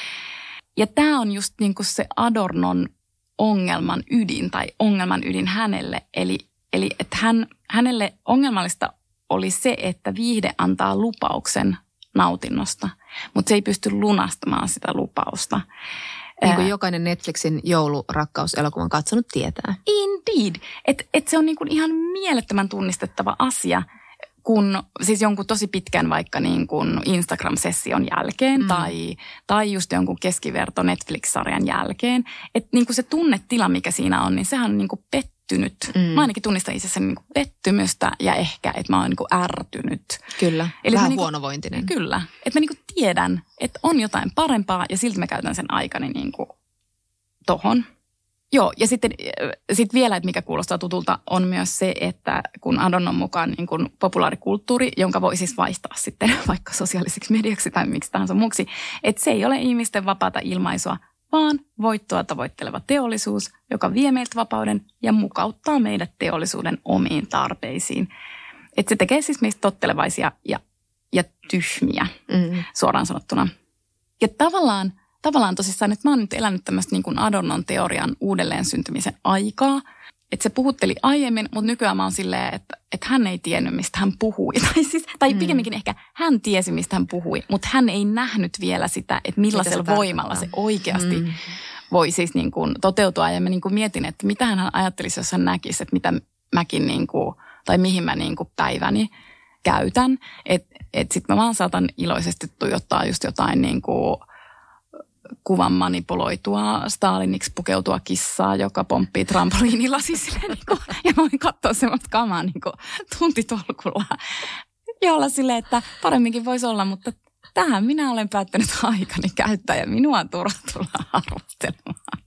Ja tämä on just niin kuin se Adornon ongelman ydin tai ongelman ydin hänelle. Eli, eli että hän, hänelle ongelmallista oli se, että viihde antaa lupauksen nautinnosta, mutta se ei pysty lunastamaan sitä lupausta. Niin kuin jokainen Netflixin joulurakkauselokuvan katsonut tietää. Indeed. Että et se on niin kuin ihan mielettömän tunnistettava asia, kun siis jonkun tosi pitkän vaikka niin kuin Instagram-session jälkeen mm. tai, tai just jonkun keskiverto Netflix-sarjan jälkeen. Että niin kuin se tunnetila, mikä siinä on, niin sehän on niin kuin pettynyt. Mm. Mä ainakin tunnistan itsessäni niin kuin pettymystä ja ehkä, että mä oon niin kuin ärtynyt. Kyllä, eli vähän niin kuin, huonovointinen. Kyllä, että mä niin kuin tiedän, että on jotain parempaa ja silti mä käytän sen aikani niin kuin tohon. Joo, ja sitten sit vielä, että mikä kuulostaa tutulta, on myös se, että kun Adornon mukaan niin kuin populaarikulttuuri, jonka voi siis vaihtaa sitten vaikka sosiaaliseksi mediaksi tai miksi tahansa muuksi, että se ei ole ihmisten vapaata ilmaisua, vaan voittoa tavoitteleva teollisuus, joka vie meiltä vapauden ja mukauttaa meidät teollisuuden omiin tarpeisiin. Että se tekee siis meistä tottelevaisia ja, ja tyhmiä, mm. suoraan sanottuna. Ja tavallaan, tavallaan tosissaan, että mä oon nyt elänyt tämmöistä niin kuin Adornon teorian uudelleen syntymisen aikaa. Että se puhutteli aiemmin, mutta nykyään mä oon silleen, että, että hän ei tiennyt, mistä hän puhui. Tai, siis, tai mm. pikemminkin ehkä hän tiesi, mistä hän puhui, mutta hän ei nähnyt vielä sitä, että millaisella se voimalla se oikeasti mm. voi siis niin kuin toteutua. Ja mä niin kuin mietin, että mitä hän ajattelisi, jos hän näkisi, että mitä mäkin niin kuin, tai mihin mä niin kuin päiväni käytän. Että et sit mä vaan saatan iloisesti tuijottaa just jotain niin kuin kuvan manipuloitua Staliniksi pukeutua kissaa, joka pomppii trampoliinilla sisille. Niin kuin, ja mä voin katsoa semmoista kamaa niin kuin tuntitolkulla. Ja olla silleen, että paremminkin voisi olla, mutta tähän minä olen päättänyt aikani käyttää ja minua on turha tulla arvostelemaan.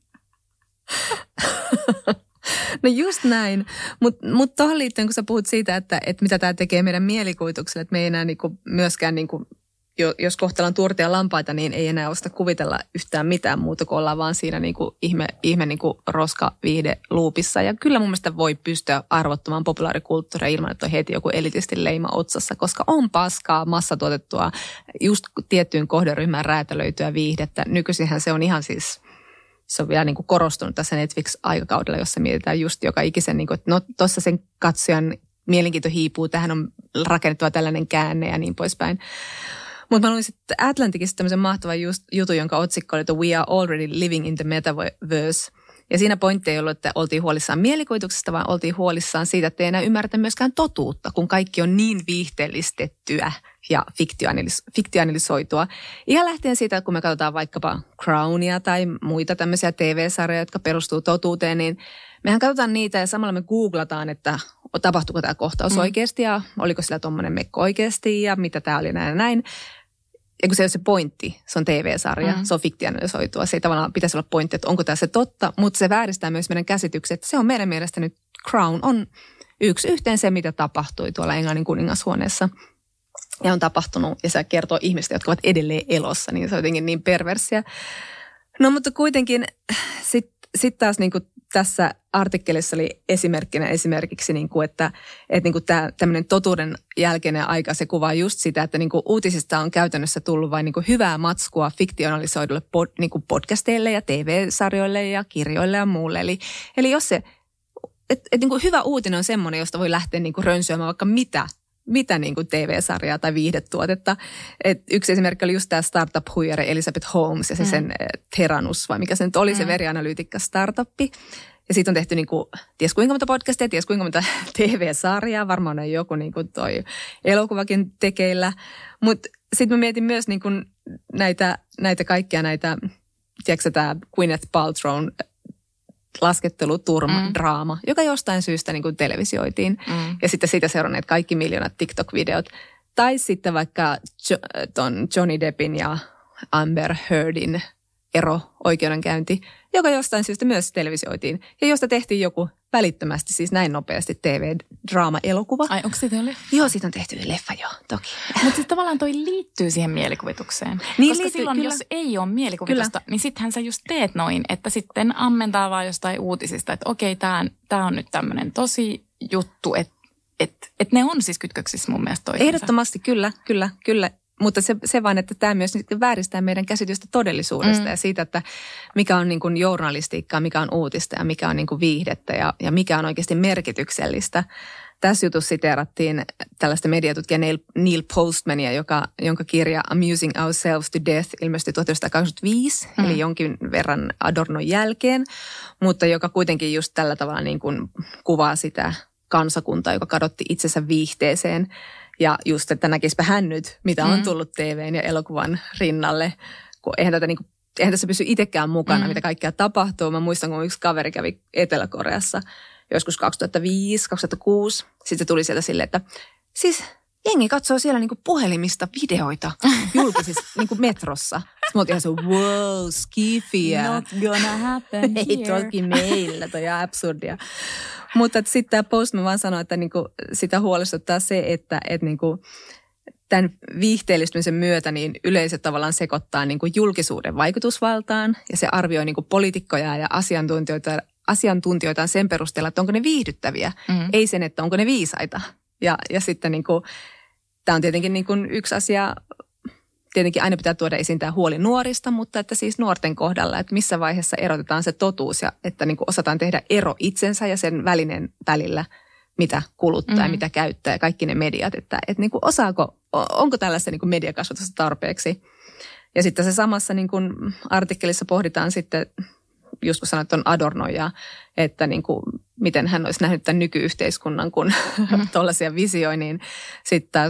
No just näin, mutta mut tuohon liittyen, kun sä puhut siitä, että, että mitä tämä tekee meidän mielikuvitukselle, että me ei enää niinku myöskään, niinku, jos kohtellaan tuortia lampaita, niin ei enää osta kuvitella yhtään mitään muuta, kun ollaan vaan siinä niinku ihme, ihme niinku roskaviihdeluupissa. Ja kyllä mun mielestä voi pystyä arvottamaan populaarikulttuuria ilman, että on heti joku elitisti leima otsassa, koska on paskaa, massatuotettua, just tiettyyn kohderyhmään räätälöityä viihdettä. Nykyisinhän se on ihan siis... Se on vielä niin kuin korostunut tässä Netflix-aikakaudella, jossa mietitään just joka ikisen, niin kuin, että no tuossa sen katsojan mielenkiinto hiipuu, tähän on rakennettava tällainen käänne ja niin poispäin. Mutta mä luin sitten Atlanticista tämmöisen mahtavan just, jutun, jonka otsikko oli, että We are already living in the metaverse. Ja siinä pointti ei ollut, että oltiin huolissaan mielikuvituksesta, vaan oltiin huolissaan siitä, että ei enää ymmärretä myöskään totuutta, kun kaikki on niin viihteellistettyä ja fiktionalis- fiktionalisoitua. Ihan lähtien siitä, kun me katsotaan vaikkapa Crownia tai muita tämmöisiä T V-sarjoja, jotka perustuu totuuteen, niin mehän katsotaan niitä ja samalla me googlataan, että tapahtuuko tämä kohtaus mm. oikeasti ja oliko sillä tuommoinen mekko oikeasti ja mitä tämä oli näin ja näin. Ja kun se ei ole se pointti, se on T V-sarja, mm. se on fiktionalisoitua. Se ei tavallaan pitäisi olla pointti, että onko tämä se totta, mutta se vääristää myös meidän käsitykset, että se on meidän mielestä nyt Crown on yksi yhteen se, mitä tapahtui tuolla Englannin kuningashuoneessa. Ja on tapahtunut, ja se kertoo ihmistä, jotka ovat edelleen elossa, niin se on jotenkin niin perversiä. No mutta kuitenkin sitten sit taas niin kuin tässä artikkelissa oli esimerkkinä esimerkiksi, niin kuin, että, että niin kuin tämä tämmöinen totuuden jälkeinen aika, se kuvaa just sitä, että niin kuin uutisista on käytännössä tullut vain niin kuin hyvää matskua fiktionalisoidulle pod, niin kuin podcasteille ja T V-sarjoille ja kirjoille ja muulle. Eli, eli jos se, että et niin kuin hyvä uutinen on semmoinen, josta voi lähteä niin kuin rönsyämään vaikka mitä, mitä niin kuin T V-sarjaa tai viihdetuotetta. Et yksi esimerkki oli just tämä startup-huijari Elizabeth Holmes ja se mm. sen Theranos, vai mikä se nyt oli, mm. se verianalytiikka startuppi. Ja siitä on tehty niin kuin, ties kuinka monta podcastia, ties kuinka monta T V-sarjaa, varmaan on joku niin kuin toi elokuvakin tekeillä. Mutta sitten mä mietin myös niin kuin näitä, näitä kaikkia näitä, tiedätkö tämä Gwyneth Paltrown lasketteluturma, mm. draama, joka jostain syystä niin kuin televisioitiin. Mm. Ja sitten siitä seuranneet kaikki miljoonat TikTok-videot. Tai sitten vaikka jo, ton Johnny Deppin ja Amber Heardin ero-oikeudenkäynti, joka jostain syystä myös televisioitiin. Ja josta tehtiin joku välittömästi, siis näin nopeasti T V-draama-elokuva. Ai, onko siitä jo leffa? Joo, siitä on tehty leffa, joo, toki. Mutta siis tavallaan toi liittyy siihen mielikuvitukseen. Niin koska liittyy, silloin, kyllä. jos ei ole mielikuvitusta, kyllä. niin sittenhän sä just teet noin, että sitten ammentaa vaan jostain uutisista, että okei, tää on nyt tämmöinen tosi juttu, että et, et ne on siis kytköksissä mun mielestä toisensa. Ehdottomasti, kyllä, kyllä, kyllä. Mutta se, se vaan, että tämä myös vääristää meidän käsitystä todellisuudesta mm. ja siitä, että mikä on niin kuin journalistiikkaa, mikä on uutista ja mikä on niin kuin viihdettä ja, ja mikä on oikeasti merkityksellistä. Tässä jutussa siteerattiin tällaista mediatutkija Neil, Neil Postmania, joka, jonka kirja Amusing Ourselves to Death ilmestyi tuhatyhdeksänsataakaksikymmentäviisi, mm. eli jonkin verran Adornon jälkeen, mutta joka kuitenkin just tällä tavalla niin kuin kuvaa sitä kansakuntaa, joka kadotti itsensä viihteeseen. Ja just, että näkisipä hän nyt, mitä on tullut T V:n ja elokuvan rinnalle, kun eihän, tätä, niin kuin, eihän tässä pysy itsekään mukana, mm. mitä kaikkea tapahtuu. Mä muistan, kun yksi kaveri kävi Etelä-Koreassa joskus kaksituhattaviisi kaksituhattakuusi. Sitten se tuli sieltä silleen, että siis jengi katsoo siellä niin kuin puhelimista videoita julkisissa niin kuin metrossa. Sitten me oltiin ihan se, wow, skifiä. Not gonna happen Ei toki meillä, toi on absurdia. Mutta sitten tämä Postman vaan sanoi, että niinku sitä huolestuttaa se, että et niinku tämän viihteellistymisen myötä niin yleisö tavallaan sekoittaa niinku julkisuuden vaikutusvaltaan ja se arvioi niinku poliitikkoja ja asiantuntijoita, asiantuntijoitaan sen perusteella, että onko ne viihdyttäviä, mm. ei sen, että onko ne viisaita. Ja, ja sitten niinku, tämä on tietenkin niinku yksi asia. Tietenkin aina pitää tuoda esiin tämä huoli nuorista, mutta että siis nuorten kohdalla, että missä vaiheessa erotetaan se totuus ja että niin kuin osataan tehdä ero itsensä ja sen välinen välillä, mitä kuluttaa mm-hmm. ja mitä käyttää ja kaikki ne mediat. Että, että niin kuin osaako, onko tällaista niin kuin mediakasvatusta tarpeeksi. Ja sitten se samassa niin kuin artikkelissa pohditaan sitten, just kun sanoit on Adorno ja että niin kuin, miten hän olisi nähnyt tämän nykyyhteiskunnan, kun mm-hmm. tuollaisia visioi, niin sitten taas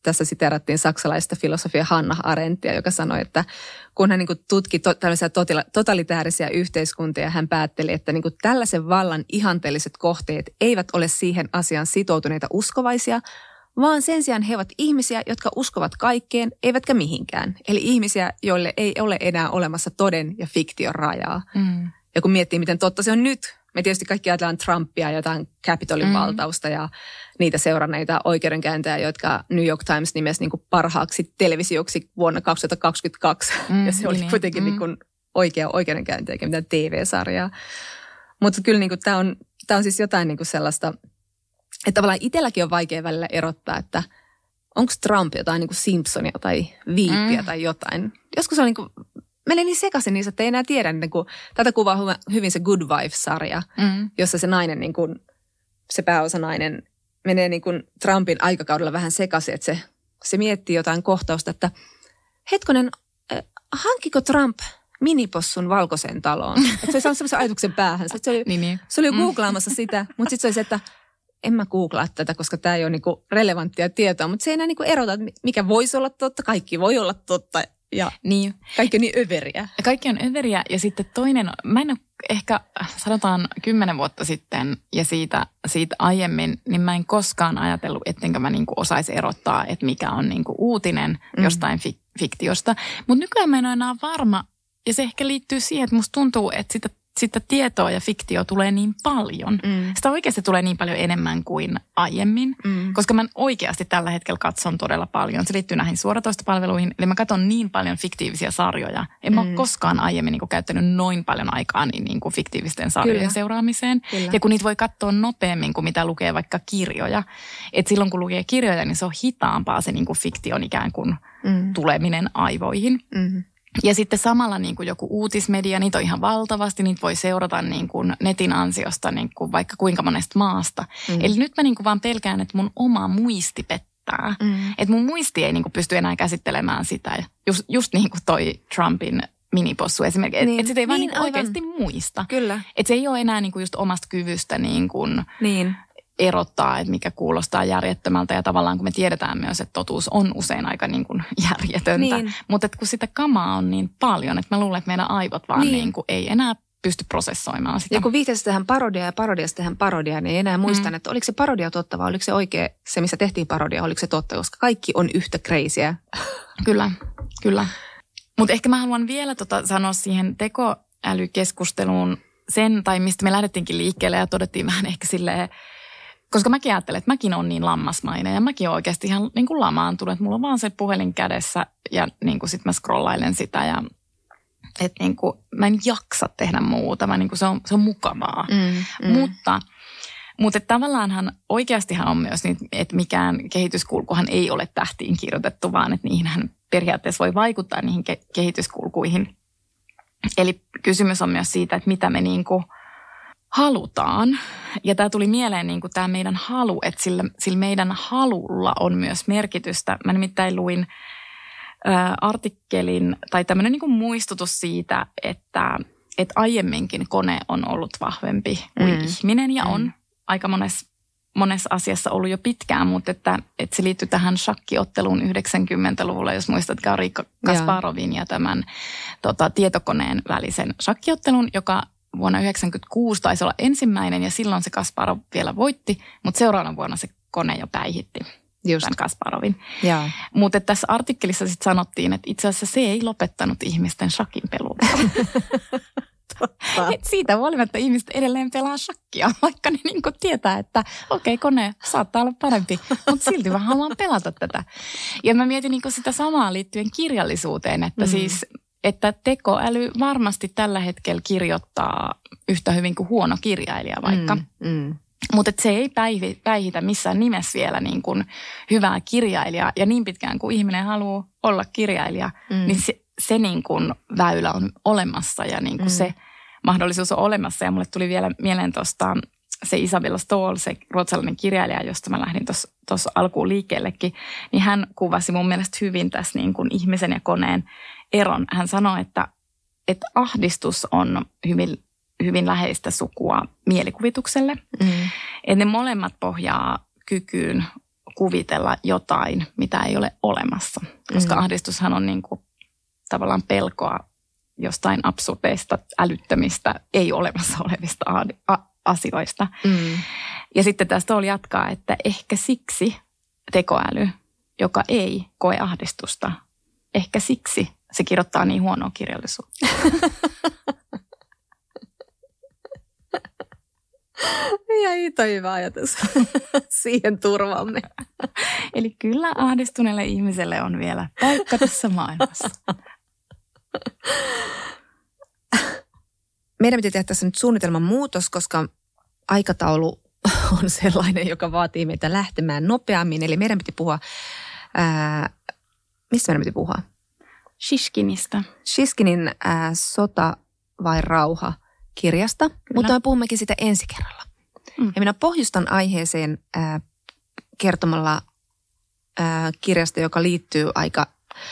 tässä siteerattiin saksalaista filosofia Hannah Arendtia, joka sanoi, että kun hän niin kuin tutki to, tällaisia totila, totalitäärisiä yhteiskuntia, hän päätteli, että niin kuin tällaisen vallan ihanteelliset kohteet eivät ole siihen asiaan sitoutuneita uskovaisia, vaan sen sijaan he ovat ihmisiä, jotka uskovat kaikkeen, eivätkä mihinkään. Eli ihmisiä, joille ei ole enää olemassa toden ja fiktion rajaa. Mm. Ja kun miettii, miten totta se on nyt, me tietysti kaikki ajatellaan Trumpia, jotain Capitolin mm. valtausta ja niitä seuranneita oikeudenkäyntejä, jotka New York Times nimesi niin kuin parhaaksi televisioksi vuonna kaksituhattakaksikymmentäkaksi. Mm, ja se oli niin. kuitenkin mm. niin kuin oikea oikeudenkäynti eikä mitään T V-sarjaa. Mutta kyllä niin kuin tämä on, tämä on siis jotain niin kuin sellaista, että tavallaan itselläkin on vaikea välillä erottaa, että onko Trump jotain niin kuin Simpsonia tai Viippiä mm. tai jotain. Joskus on niin kuin, menee niin sekaisin niissä, että ei enää tiedä, niin kuin, tätä kuvaa hyvin se Good Wife-sarja, mm. jossa se nainen, niin kuin, se pääosanainen menee niin kuin Trumpin aikakaudella vähän sekaisin, että se, se miettii jotain kohtausta, että hetkonen, äh, hankkiko Trump minipossun valkoiseen taloon? Että se oli saanut sellaisen ajatuksen päähän. Se oli, niin, niin. Se oli mm. googlaamassa sitä, mutta sitten se oli se, että en mä googlaa tätä, koska tämä ei ole niinku relevanttia tietoa, mutta se ei enää niinku erota, että mikä voisi olla totta, kaikki voi olla totta ja niin. Kaikki on niin överiä. Kaikki on överiä ja sitten toinen, mä en ole ehkä sanotaan kymmenen vuotta sitten ja siitä, siitä aiemmin, niin mä en koskaan ajatellut, ettenkö mä niinku osaisi erottaa, että mikä on niinku uutinen mm. jostain fik- fiktiosta. Mutta nykyään mä en ole enää varma ja se ehkä liittyy siihen, että musta tuntuu, että sitä Sitä tietoa ja fiktio tulee niin paljon. Mm. Sitä oikeasti tulee niin paljon enemmän kuin aiemmin, mm. koska mä oikeasti tällä hetkellä katson todella paljon. Se liittyy näihin suoratoistopalveluihin. Eli mä katson niin paljon fiktiivisiä sarjoja. En mm. mä ole koskaan aiemmin niin kuin käyttänyt noin paljon aikaa niin, niin kuin fiktiivisten sarjojen Kyllä. seuraamiseen. Kyllä. Ja kun niitä voi katsoa nopeammin kuin mitä lukee vaikka kirjoja. Et silloin kun lukee kirjoja, niin se on hitaampaa se niin kuin fiktion ikään kuin mm. tuleminen aivoihin. Mm. Ja sitten samalla niin kuin joku uutismedia, niitä on ihan valtavasti, niitä voi seurata niin kuin netin ansiosta niin kuin vaikka kuinka monesta maasta. Mm. Eli nyt mä niin kuin vaan pelkään, että mun oma muisti pettää. Mm. Että mun muisti ei niin kuin pysty enää käsittelemään sitä. Just, just niin kuin toi Trumpin minipossu esimerkiksi. Niin. Että sitä ei vaan niin, niin oikeasti muista. Kyllä. Että se ei ole enää niin kuin just omasta kyvystä niin kuin niin. erottaa, että mikä kuulostaa järjettömältä ja tavallaan kun me tiedetään myös, että totuus on usein aika niin kuin järjetöntä. Niin. Mutta kun sitä kamaa on niin paljon, että mä luulen, että meidän aivot vaan niin. Niin kuin ei enää pysty prosessoimaan sitä. Ja kun viihteessä tehdään parodiaa ja parodiasta tehdään parodiaa, niin ei enää muista, mm. että oliko se parodia totta vai oliko se oikea, se missä tehtiin parodia, oliko se totta, koska kaikki on yhtä crazyä. Kyllä, kyllä. Mutta ehkä mä haluan vielä tota sanoa siihen tekoälykeskusteluun sen, tai mistä me lähdettiinkin liikkeelle ja todettiin vähän ehkä silleen, koska mäkin ajattelen, että mäkin olen niin lammasmainen ja mäkin olen oikeasti ihan niin kuin lamaantunut, että mulla on vaan se puhelin kädessä ja niin kuin sit mä scrollailen sitä ja että niin kuin mä en jaksa tehdä muuta, mä niin kuin se, on, se on mukavaa. Mm, mm. Mutta, mutta että tavallaanhan oikeastihan on myös niin, että mikään kehityskulkuhan ei ole tähtiin kirjoitettu, vaan että niihinhän periaatteessa voi vaikuttaa niihin ke- kehityskulkuihin. Eli kysymys on myös siitä, että mitä me niin kuin halutaan. Ja tämä tuli mieleen niin kuin tämä meidän halu, että sillä, sillä meidän halulla on myös merkitystä. Mä nimittäin luin ä, artikkelin tai tämmöinen niin kuin muistutus siitä, että, että aiemminkin kone on ollut vahvempi kuin mm. ihminen ja on mm. aika monessa, monessa asiassa ollut jo pitkään, mutta että, että se liittyy tähän shakkiotteluun yhdeksänkymmentäluvulla, jos muistat Garri Kasparovin ja tämän tota, tietokoneen välisen shakkiottelun, joka vuonna yhdeksänkymmentäkuusi taisi olla ensimmäinen ja silloin se Kasparov vielä voitti, mutta seuraavana vuonna se kone jo päihitti Just. tämän Kasparovin. Mutta tässä artikkelissa sitten sanottiin, että itse asiassa se ei lopettanut ihmisten shakin pelua. Siitä huolimatta ihmiset edelleen pelaa shakkia, vaikka ne niinku tietää, että okei, okay, kone saattaa olla parempi, mutta silti mä haluan pelata tätä. Ja mä mietin niinku sitä samaa liittyen kirjallisuuteen, että mm. siis että tekoäly varmasti tällä hetkellä kirjoittaa yhtä hyvin kuin huono kirjailija vaikka. Mm, mm. Mutta se ei päihi, päihitä missään nimessä vielä niin kuin hyvää kirjailijaa. Ja niin pitkään kuin ihminen haluaa olla kirjailija, mm. niin se, se niin kuin väylä on olemassa ja niin kuin mm. se mahdollisuus on olemassa. Ja mulle tuli vielä mieleen tuosta se Isabella Ståhl, se ruotsalainen kirjailija, josta mä lähdin tuossa alkuun liikkeellekin. Niin hän kuvasi mun mielestä hyvin tässä niin kuin ihmisen ja koneen eron. Hän sanoi, että, että ahdistus on hyvin, hyvin läheistä sukua mielikuvitukselle. Mm. Että ne molemmat pohjaa kykyyn kuvitella jotain, mitä ei ole olemassa. Koska mm. ahdistushan on niin kuin tavallaan pelkoa jostain absurdeista, älyttömistä, ei olemassa olevista asioista. Mm. Ja sitten tästä oli jatkaa, että ehkä siksi tekoäly, joka ei koe ahdistusta, ehkä siksi se kirjoittaa niin huonoa kirjallisuutta. Ja hito hyvä ajatus. Siihen turvaamme. Eli kyllä ahdistuneelle ihmiselle on vielä paikka tässä maailmassa. Meidän piti tehdä tässä nyt suunnitelman muutos, koska aikataulu on sellainen, joka vaatii meitä lähtemään nopeammin. Eli meidän piti puhua, ää, mistä meidän piti puhua? Shishkinistä. Shishkinin ää, Sota vai rauha -kirjasta, Kyllä. mutta me puhummekin sitä ensi kerralla. Mm. Ja minä pohjustan aiheeseen ää, kertomalla ää, kirjasta, joka liittyy aika,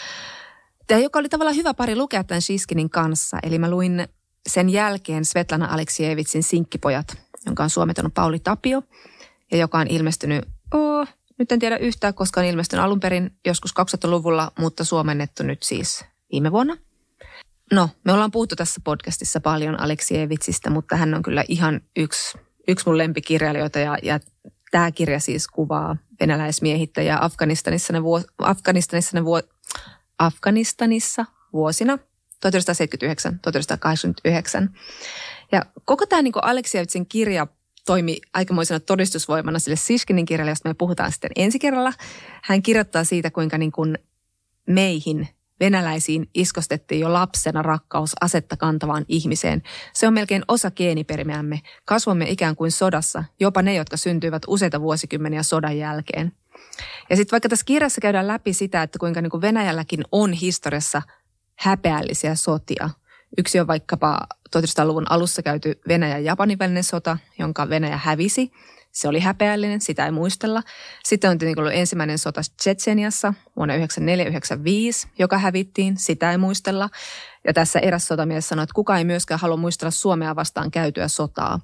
ja joka oli tavallaan hyvä pari lukea tämän Shishkinin kanssa. Eli mä luin sen jälkeen Svetlana Aleksijevitsin Sinkkipojat, jonka on suomentanut Pauli Tapio, ja joka on ilmestynyt, oh, nyt en tiedä yhtään, koska on ilmestynyt alun perin joskus kaksituhattaluvulla, mutta suomennettu nyt siis viime vuonna. No, me ollaan puhuttu tässä podcastissa paljon Aleksijevitsistä, mutta hän on kyllä ihan yksi, yksi mun lempikirjailijoita, ja, ja tämä kirja siis kuvaa venäläismiehittäjää Afganistanissa ne, vuos, Afganistanissa, ne vuo, Afganistanissa vuosina tuhatyhdeksänsataaseitsemänkymmentäyhdeksän tuhatyhdeksänsataakahdeksankymmentäyhdeksän. Ja koko tämä niin kuin Aleksijevitsin kirja toimi aikamoisena todistusvoimana sille Shishkinin kirjalle, josta me puhutaan sitten ensi kerralla. Hän kirjoittaa siitä, kuinka niin kuin meihin, venäläisiin, iskostettiin jo lapsena rakkaus asetta kantavaan ihmiseen. Se on melkein osa geeniperimäämme. Kasvamme ikään kuin sodassa, jopa ne, jotka syntyivät useita vuosikymmeniä sodan jälkeen. Ja sitten vaikka tässä kirjassa käydään läpi sitä, että kuinka niin kuin Venäjälläkin on historiassa häpeällisiä sotia. Yksi on vaikkapa tuhatyhdeksänsataaluvun alussa käyty Venäjän ja Japanin välinen sota, jonka Venäjä hävisi. Se oli häpeällinen, sitä ei muistella. Sitten on tietenkin ollut ensimmäinen sota Tšetšeniassa vuonna yhdeksänkymmentäneljä yhdeksänkymmentäviisi, joka hävittiin, sitä ei muistella. Ja tässä eräs sotamies sanoi, että kukaan ei myöskään halua muistella Suomea vastaan käytyä sotaa.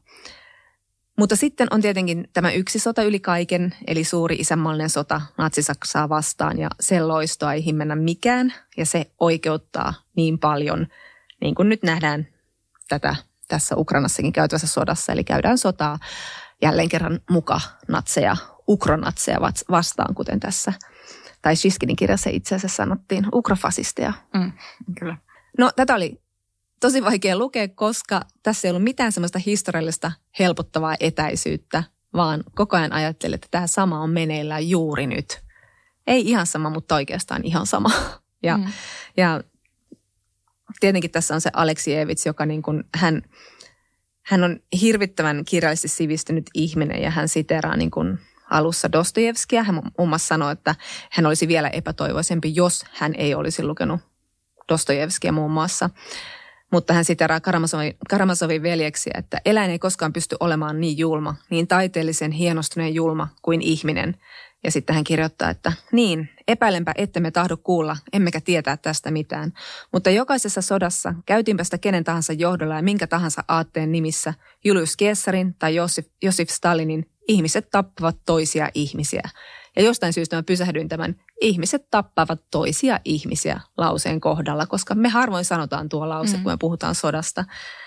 Mutta sitten on tietenkin tämä yksi sota yli kaiken, eli suuri isänmaallinen sota Natsi-Saksaa vastaan, ja sen loistoa ei himmennä mikään, ja se oikeuttaa niin paljon, niin kuin nyt nähdään tätä tässä Ukrainassakin käytävässä sodassa, eli käydään sotaa jälleen kerran muka natseja, ukronatseja vastaan, kuten tässä, tai Shishkinin kirjassa itse asiassa sanottiin, ukrofasisteja. Mm, kyllä. No tätä oli tosi vaikea lukea, koska tässä ei ollut mitään semmoista historiallista helpottavaa etäisyyttä, vaan koko ajan ajattelin, että tämä sama on meneillään juuri nyt. Ei ihan sama, mutta oikeastaan ihan sama. Ja, mm. ja tietenkin tässä on se Aleksijevits, joka niin kuin, hän, hän on hirvittävän kirjallisesti sivistynyt ihminen, ja hän siteeraa niin kuin alussa Dostojevskia. Hän muun muassa sanoi, että hän olisi vielä epätoivoisempi, jos hän ei olisi lukenut Dostojevskia muun muassa. Mutta hän siteraa Karamazovin, Karamazovin veljeksiä, että eläin ei koskaan pysty olemaan niin julma, niin taiteellisen hienostuneen julma kuin ihminen. Ja sitten hän kirjoittaa, että niin, epäilenpä, ettemme tahdo kuulla, emmekä tietää tästä mitään. Mutta jokaisessa sodassa, käytiinpä sitä kenen tahansa johdolla ja minkä tahansa aatteen nimissä, Julius Caesarin tai Josif, Josif Stalinin, ihmiset tappavat toisia ihmisiä. Ja jostain syystä mä pysähdyin tämän ihmiset tappavat toisia ihmisiä lauseen kohdalla, koska me harvoin sanotaan tuo lause, mm. kun me puhutaan sodasta.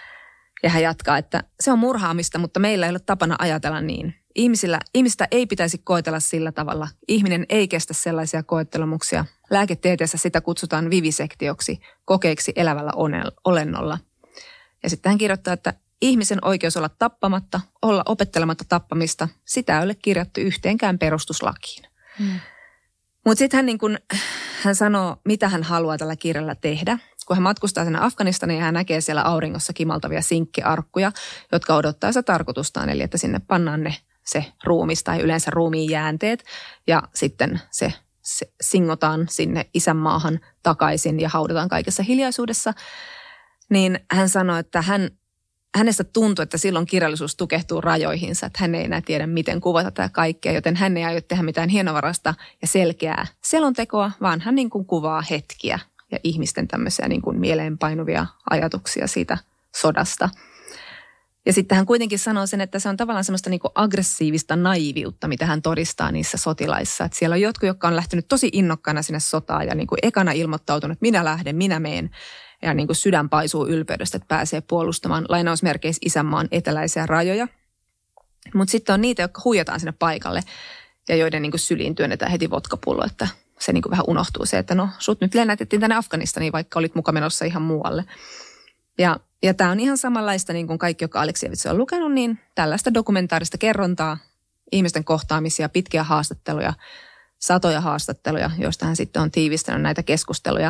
Ja hän jatkaa, että se on murhaamista, mutta meillä ei ole tapana ajatella niin. Ihmisillä, ihmistä ei pitäisi koetella sillä tavalla. Ihminen ei kestä sellaisia koettelemuksia. Lääketieteessä sitä kutsutaan vivisektioksi, kokeeksi elävällä olennolla. Ja sitten hän kirjoittaa, että ihmisen oikeus olla tappamatta, olla opettelematta tappamista, sitä ei ole kirjattu yhteenkään perustuslakiin. Hmm. Mutta sitten hän, niin kun, hän sanoo, mitä hän haluaa tällä kirjalla tehdä. Kun hän matkustaa sinne Afganistaniin, hän näkee siellä auringossa kimaltavia sinkkiarkkuja, jotka odottaa sitä tarkoitustaan, eli että sinne pannaan ne se ruumis tai yleensä ruumiin jäänteet, ja sitten se, se singotaan sinne isänmaahan takaisin ja haudataan kaikessa hiljaisuudessa. Niin hän sanoi, että hän hänestä tuntuu, että silloin kirjallisuus tukehtuu rajoihinsa, että hän ei enää tiedä, miten kuvata tätä kaikkea, joten hän ei aio tehdä mitään hienovarasta ja selkeää selontekoa, vaan hän niin kuin kuvaa hetkiä ja ihmisten tämmöisiä niin kuin mieleenpainuvia ajatuksia siitä sodasta. Ja sitten hän kuitenkin sanoo sen, että se on tavallaan semmoista niin kuin aggressiivista naiviutta, mitä hän todistaa niissä sotilaissa. Että siellä on jotkut, jotka on lähtenyt tosi innokkaana sinne sotaan ja niin kuin ekana ilmoittautunut, että minä lähden, minä meen. Ja niin kuin sydän paisuu ylpeydestä, että pääsee puolustamaan lainausmerkeissä isänmaan eteläisiä rajoja. Mutta sitten on niitä, jotka huijataan sinne paikalle ja joiden niin kuin syliin työnnetään heti vodkapullo, että se niin kuin vähän unohtuu se, että no sut nyt lennätettiin tänne Afganistaniin, vaikka olit muka menossa ihan muualle. Ja, ja tämä on ihan samanlaista niin kuin kaikki, joka Aleksijevits on lukenut, niin tällaista dokumentaarista kerrontaa, ihmisten kohtaamisia, pitkiä haastatteluja, satoja haastatteluja, joista hän sitten on tiivistänyt näitä keskusteluja.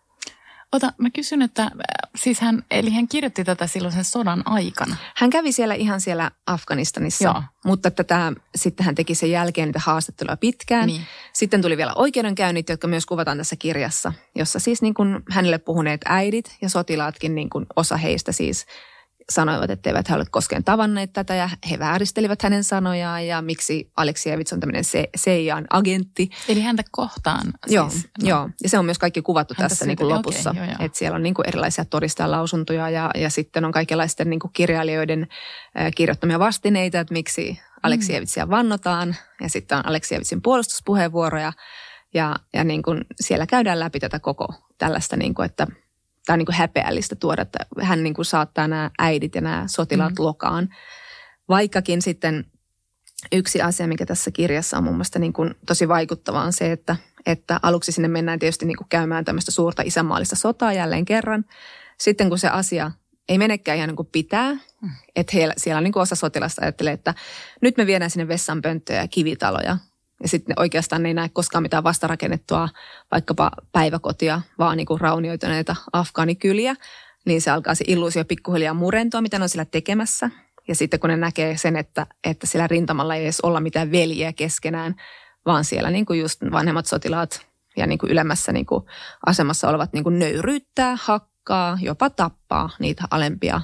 Ota, mä kysyn, että siis hän, eli hän kirjoitti tätä silloin sen sodan aikana. Hän kävi siellä ihan siellä Afganistanissa, Joo. mutta tätä, sitten hän teki sen jälkeen niitä haastatteluja pitkään. Niin. Sitten tuli vielä oikeudenkäynnit, jotka myös kuvataan tässä kirjassa, jossa siis niin kuin hänelle puhuneet äidit ja sotilaatkin, niin kuin osa heistä siis sanoivat, että eivät he ole koskaan tavanneet tätä ja he vääristelivät hänen sanojaan ja miksi Aleksijevits on tämmöinen C I A:n agentti. Eli häntä kohtaan siis. Joo, no. joo. Ja se on myös kaikki kuvattu häntä tässä niin kuin lopussa. Okay, joo, joo. Että siellä on niin kuin erilaisia todistajalausuntoja ja, ja sitten on kaikenlaisten niin kuin kirjailijoiden äh, kirjoittamia vastineita, että miksi Aleksijevitsia mm. vannotaan. Ja sitten on Aleksijevitsin puolustuspuheenvuoroja ja, ja niin kuin siellä käydään läpi tätä koko tällaista, niin kuin, että tämä on niin kuin häpeällistä tuoda, että hän niin kuin saattaa nämä äidit ja nämä sotilaat mm. lokaan. Vaikkakin sitten yksi asia, mikä tässä kirjassa on mun mielestä niin kuin tosi vaikuttava, on se, että, että aluksi sinne mennään tietysti niin kuin käymään tämmöistä suurta isänmaallista sotaa jälleen kerran. Sitten kun se asia ei menekään ihan niin kuin pitää, mm. että heillä, siellä on niin kuin osa sotilasta ajattelee, että nyt me viedään sinne vessanpönttöjä ja kivitaloja. Ja sitten oikeastaan ei näe koskaan mitään vastarakennettua vaikkapa päiväkotia, vaan niin kuin raunioituneita afgaanikyliä. Niin se alkaa se illuusio pikkuhiljaa murentua, mitä ne on siellä tekemässä. Ja sitten kun ne näkee sen, että, että siellä rintamalla ei edes olla mitään veljiä keskenään, vaan siellä niin kuin just vanhemmat sotilaat ja niin kuin ylemmässä niin kuin asemassa olevat niin kuin nöyryyttää, hakkaa, jopa tappaa niitä alempia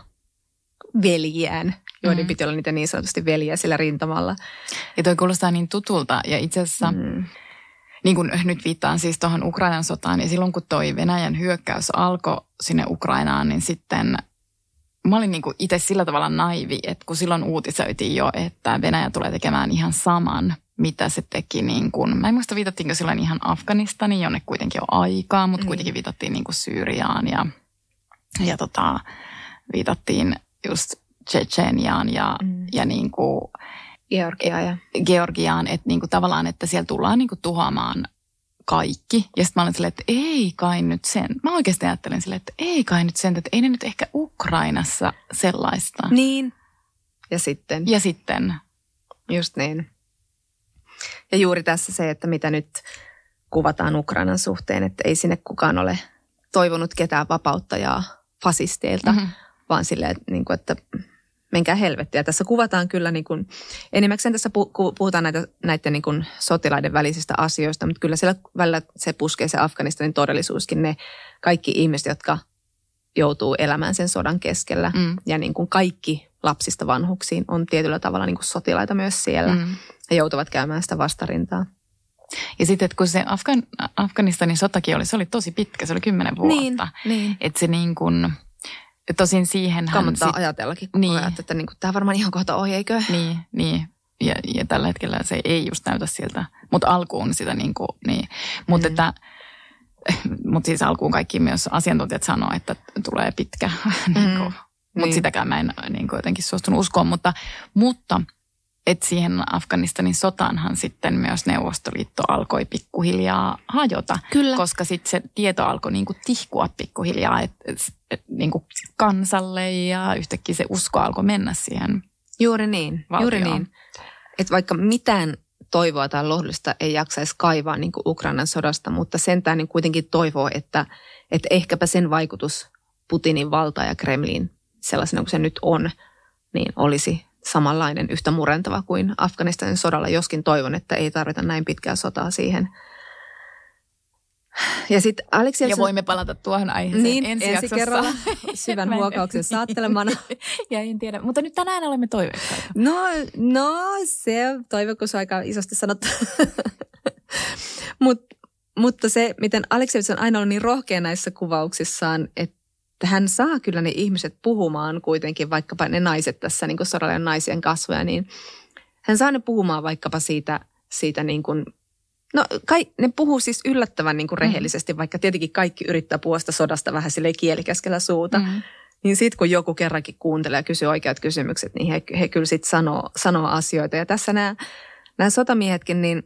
veljiään, joiden mm. piti olla niitä niin sanotusti veljiä sillä rintamalla. Ja toi kuulostaa niin tutulta ja itse asiassa, mm. niin kuin nyt viittaan siis tuohon Ukrainan sotaan, ja silloin kun toi Venäjän hyökkäys alkoi sinne Ukrainaan, niin sitten mä olin niin kuin itse sillä tavalla naivi, että kun silloin uutisoitiin jo, että Venäjä tulee tekemään ihan saman, mitä se teki niin kuin, mä en muista viitattiinko silloin ihan Afganistaniin, jonne kuitenkin on aikaa, mutta mm. kuitenkin viitattiin niin kuin Syyriaan ja, ja tota, viitattiin just Tšetšeniaan ja, mm. ja niin kuin Georgiaan, ja. Georgiaan, että niin kuin tavallaan, että siellä tullaan niin kuin tuhoamaan kaikki. Ja sitten mä olin silleen, että ei kai nyt sen. Mä oikeasti ajattelen silleen, että ei kai nyt sen, että ei ne nyt ehkä Ukrainassa sellaista. Niin. Ja sitten. Ja sitten. Just niin. Ja juuri tässä se, että mitä nyt kuvataan Ukrainan suhteen, että ei sinne kukaan ole toivonut ketään vapauttajaa fasisteilta, mm-hmm. vaan silleen, että menkää helvettiä. Tässä kuvataan kyllä niin kuin, enimmäkseen tässä puhutaan näitä, näiden niin kuin sotilaiden välisistä asioista, mutta kyllä siellä välillä se puskee se Afganistanin todellisuuskin, ne kaikki ihmiset, jotka joutuu elämään sen sodan keskellä. Mm. Ja niin kuin kaikki lapsista vanhuksiin on tietyllä tavalla niin kuin sotilaita myös siellä. Mm. Ja joutuvat käymään sitä vastarintaa. Ja sitten, kun se Afgan, Afganistanin sotakin oli, se oli tosi pitkä, se oli kymmenen vuotta. Niin, niin. Että se niin kuin, tosin siihen hän kannattaa sit, ajatellakin koko niin. ajan, että niin kuin, tämä varmaan ihan kohta ohi, eikö? Niin, niin. Ja, ja tällä hetkellä se ei just näytä siltä, mutta alkuun sitä niin kuin, niin. Mutta mm. että, mutta siis alkuun kaikki myös asiantuntijat sanoo, että tulee pitkä, niin kuin, mm. mutta niin. sitäkään mä en niin kuin jotenkin suostunut uskoa, mutta, mutta että siihen Afganistanin sotaanhan sitten myös Neuvostoliitto alkoi pikkuhiljaa hajota. Kyllä. Koska sitten se tieto alkoi niin kuin tihkua pikkuhiljaa et, et, et, niin kuin kansalle ja yhtäkkiä se usko alkoi mennä siihen Juuri niin, valtioon. juuri niin. Että vaikka mitään toivoa tai lohdullista ei jaksaisi kaivaa niin kuin Ukrainan sodasta, mutta sentään niin kuitenkin toivoo, että, että ehkäpä sen vaikutus Putinin valtaan ja Kremliin sellaisena kuin se nyt on, niin olisi samanlainen, yhtä murentava kuin Afganistanin sodalla, joskin toivon, että ei tarvita näin pitkää sotaa siihen. Ja sitten Aleksijevits... Ja voimme palata tuohon aiheeseen niin, ensi, ensi kerralla syvän huokauksen saattelemana. Ja en tiedä, mutta nyt tänään olemme toiveikkaita. No, no se toiveikkuus on aika isosti sanottu. Mut, mutta se, miten Aleksijevits on aina ollut niin rohkea näissä kuvauksissaan, että että hän saa kyllä ne ihmiset puhumaan kuitenkin, vaikkapa ne naiset tässä, niin kuin sodallinen naisien kasvoja, niin hän saa ne puhumaan vaikkapa siitä, siitä niin kuin, no kai, ne puhuu siis yllättävän niin kuin rehellisesti, mm. vaikka tietenkin kaikki yrittää puhua sodasta vähän silleen kieli keskellä suuta. Mm. Niin sitten kun joku kerrankin kuuntelee ja kysyy oikeat kysymykset, niin he, he kyllä sitten sanoo, sanoo asioita. Ja tässä nämä, nämä sotamiehetkin, niin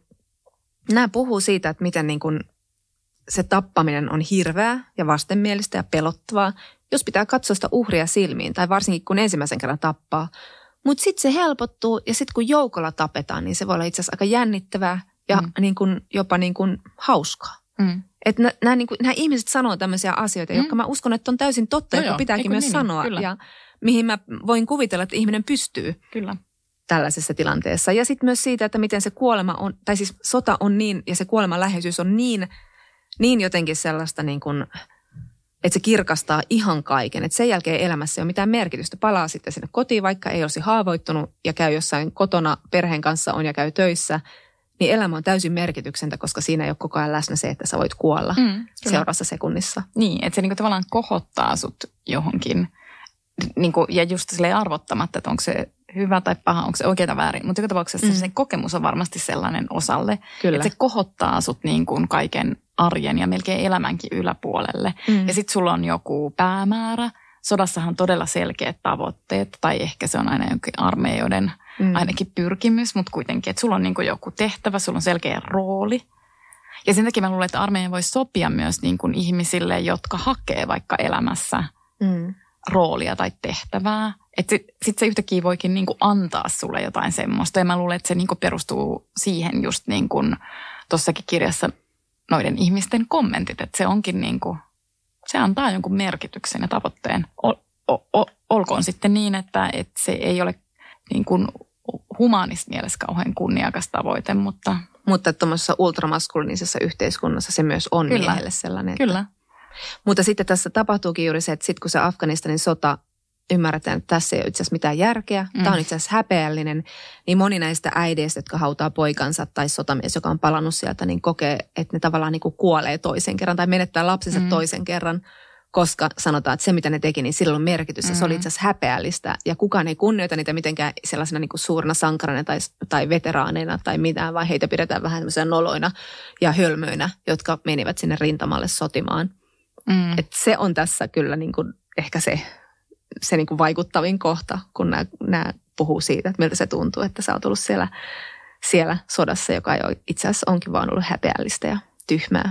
nämä puhuu siitä, että miten niin kuin se tappaminen on hirveää ja vastenmielistä ja pelottavaa, jos pitää katsoa sitä uhria silmiin, tai varsinkin kun ensimmäisen kerran tappaa. Mutta sitten se helpottuu, ja sitten kun joukolla tapetaan, niin se voi olla itse asiassa aika jännittävää ja mm. niin kuin, jopa niin kuin hauskaa. Mm. Että nämä, niin nämä ihmiset sanoo tämmöisiä asioita, mm. jotka mä uskon, että on täysin totta, no ja pitääkin myös niin, sanoa. Kyllä. Ja mihin mä voin kuvitella, että ihminen pystyy kyllä. tällaisessa tilanteessa. Ja sitten myös siitä, että miten se kuolema on, tai siis sota on niin, ja se kuoleman läheisyys on niin, niin jotenkin sellaista niin kuin, että se kirkastaa ihan kaiken. Että sen jälkeen elämässä ei ole mitään merkitystä. Palaa sitten sinne kotiin, vaikka ei olisi haavoittunut ja käy jossain kotona perheen kanssa on ja käy töissä. Niin elämä on täysin merkityksentä, koska siinä ei ole koko ajan läsnä se, että sä voit kuolla mm, seuraavassa sekunnissa. Niin, että se niinku tavallaan kohottaa sut johonkin. Niinku, ja just silleen arvottamatta, että onko se hyvä tai paha, onko se oikea väärin. Mutta joka tapauksessa mm. se kokemus on varmasti sellainen osalle, Kyllä. että se kohottaa sut niin kuin kaiken arjen ja melkein elämänkin yläpuolelle. Mm. Ja sitten sulla on joku päämäärä. Sodassahan on todella selkeät tavoitteet, tai ehkä se on aina jokin armeijoiden mm. ainakin pyrkimys, mutta kuitenkin, että sulla on niin kuin joku tehtävä, sulla on selkeä rooli. Ja sen takia mä luulen, että armeija voi sopia myös niin kuin ihmisille, jotka hakee vaikka elämässä mm. roolia tai tehtävää. Että sitten sit se yhtäkkiä voikin niin kuin antaa sulle jotain semmoista. Ja mä luulen, että se niin kuin perustuu siihen just niin kuin tuossakin kirjassa noiden ihmisten kommentit. Että se onkin niin kuin, se antaa jonkun merkityksen ja tavoitteen. O, o, o, olkoon sitten niin, että, että se ei ole niin kuin humaanista mielessä kauhean kunniakas tavoite, mutta... Mutta tuommoisessa ultramaskuliinisessa yhteiskunnassa se myös on Kyllä. miehelle sellainen. Että... Kyllä. Mutta sitten tässä tapahtuukin juuri se, että sitten kun se Afganistanin sota ymmärretään, että tässä ei ole itse asiassa mitään järkeä, mm. tämä on itse asiassa häpeällinen, niin moni näistä äideistä, jotka hautaa poikansa tai sotamies, joka on palannut sieltä, niin kokee, että ne tavallaan niin kuin kuolee toisen kerran tai menettää lapsensa mm. toisen kerran, koska sanotaan, että se mitä ne teki, niin sillä on merkitys ja mm. se oli itse asiassa häpeällistä ja kukaan ei kunnioita niitä mitenkään sellaisena niin kuin suurena sankarina tai, tai veteraaneina tai mitään, vaan heitä pidetään vähän tämmöisiä noloina ja hölmöinä, jotka menivät sinne rintamalle sotimaan. Mm. Et se on tässä kyllä niin kuin ehkä se, se niin kuin vaikuttavin kohta, kun nämä, nämä puhuu siitä, että miltä se tuntuu, että sä oot ollut siellä, siellä sodassa, joka ei ole, itse asiassa onkin vaan ollut häpeällistä ja tyhmää.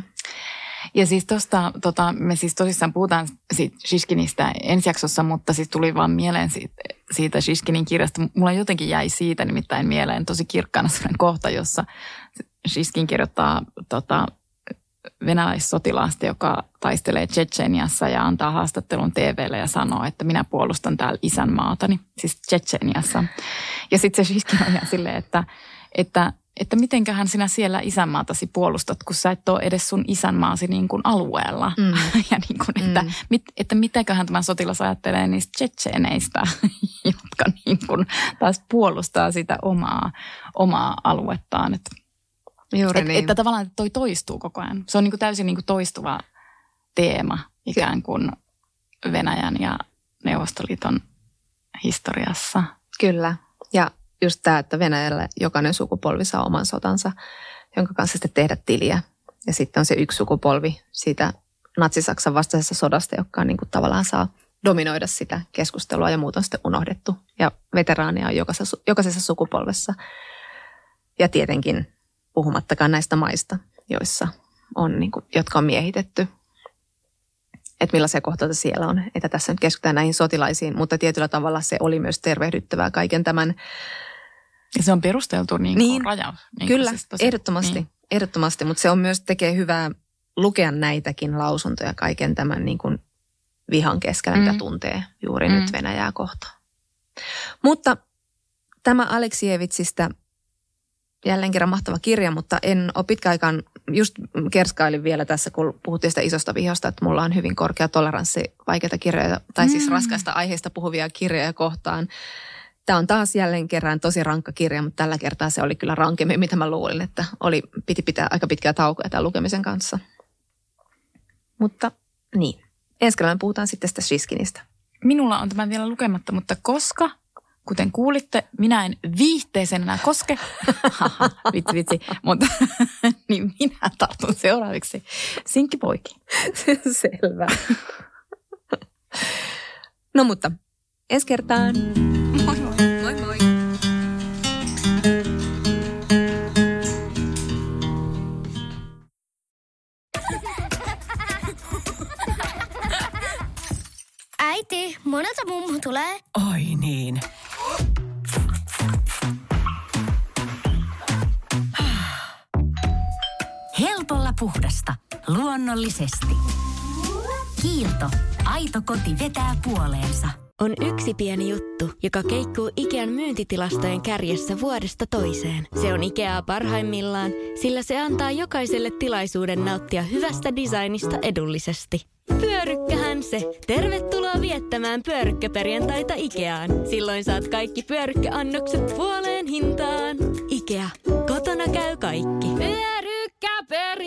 Ja siis tuosta, tota, me siis tosissaan puhutaan siitä Shishkinistä ensi jaksossa, mutta siis tuli vaan mieleen siitä, siitä Shishkinin kirjasta. Mulla jotenkin jäi siitä nimittäin mieleen tosi kirkkaana sellainen kohta, jossa Shishkin kirjoittaa tota, venäläissotilaasta, joka taistelee Tšetšeniassa ja antaa haastattelun T V:lle ja sanoo, että minä puolustan täällä isänmaatani, siis Tšetšeniassa. Ja sitten se Shishkin on ihan silleen, että, että että mitenköhän sinä siellä isänmaatasi puolustat, kun sä et ole edes sun isänmaasi niin kuin alueella. Mm. ja niin kuin, että, mm. mit, että mitäköhän tämä sotilas ajattelee niistä tšetšeeneistä, jotka niin kuin taas puolustaa sitä omaa, omaa aluettaan. Että, Juuri et, niin. että tavallaan toi toistuu koko ajan. Se on niin kuin täysin niin kuin toistuva teema ikään kuin Venäjän ja Neuvostoliiton historiassa. Kyllä, ja just tämä, että Venäjällä jokainen sukupolvi saa oman sotansa, jonka kanssa sitten tehdä tiliä. Ja sitten on se yksi sukupolvi siitä Natsi-Saksan vastaisessa sodasta, joka niin kuin tavallaan saa dominoida sitä keskustelua ja muut on sitten unohdettu. Ja veteraaneja on jokaisessa, jokaisessa sukupolvessa. Ja tietenkin puhumattakaan näistä maista, joissa on, niin kuin, jotka on miehitetty. Että millaisia kohteita siellä on. Että tässä nyt keskitytään näihin sotilaisiin, mutta tietyllä tavalla se oli myös tervehdyttävää kaiken tämän. Ja se on perusteltu niin kuin niin, rajaus. Niin kyllä, siis tosi, ehdottomasti, niin. ehdottomasti, mutta se on myös tekee hyvää lukea näitäkin lausuntoja kaiken tämän niin kuin vihan keskellä, mm. mitä tuntee juuri mm. nyt Venäjää kohtaan. Mutta tämä Aleksijevitsistä jälleen kerran mahtava kirja, mutta en ole pitkä aikaan, just kerskailin vielä tässä, kun puhuttiin sitä isosta vihosta, että mulla on hyvin korkea toleranssi vaikeita kirjoja, tai siis mm. raskaista aiheista puhuvia kirjoja kohtaan. Tämä on taas jälleen kerran tosi rankka kirja, mutta tällä kertaa se oli kyllä rankemmin, mitä mä luulin, että oli, piti pitää aika pitkää taukoja tämän lukemisen kanssa. Mutta niin, ensi kerralla puhutaan sitten tästä Shiskinistä. Minulla on tämä vielä lukematta, mutta koska, kuten kuulitte, minä en viihteeseen enää koske. Haha, vitsi, vitsi. Mutta niin minä tartun seuraavaksi sinkkipoikiin. Selvä. No mutta, ensi kertaan. Moi moi. Moi moi. Äiti, monelta mummu tulee? Oi niin. Helpolla puhdasta. Luonnollisesti. Kiilto. Aito koti vetää puoleensa. On yksi pieni juttu, joka keikkuu Ikean myyntitilastojen kärjessä vuodesta toiseen. Se on Ikeaa parhaimmillaan, sillä se antaa jokaiselle tilaisuuden nauttia hyvästä designista edullisesti. Pyörykkähän se! Tervetuloa viettämään pyörykkäperjantaita Ikeaan. Silloin saat kaikki pyörykkäannokset puoleen hintaan. Ikea. Kotona käy kaikki. Pyörykkäperjantai!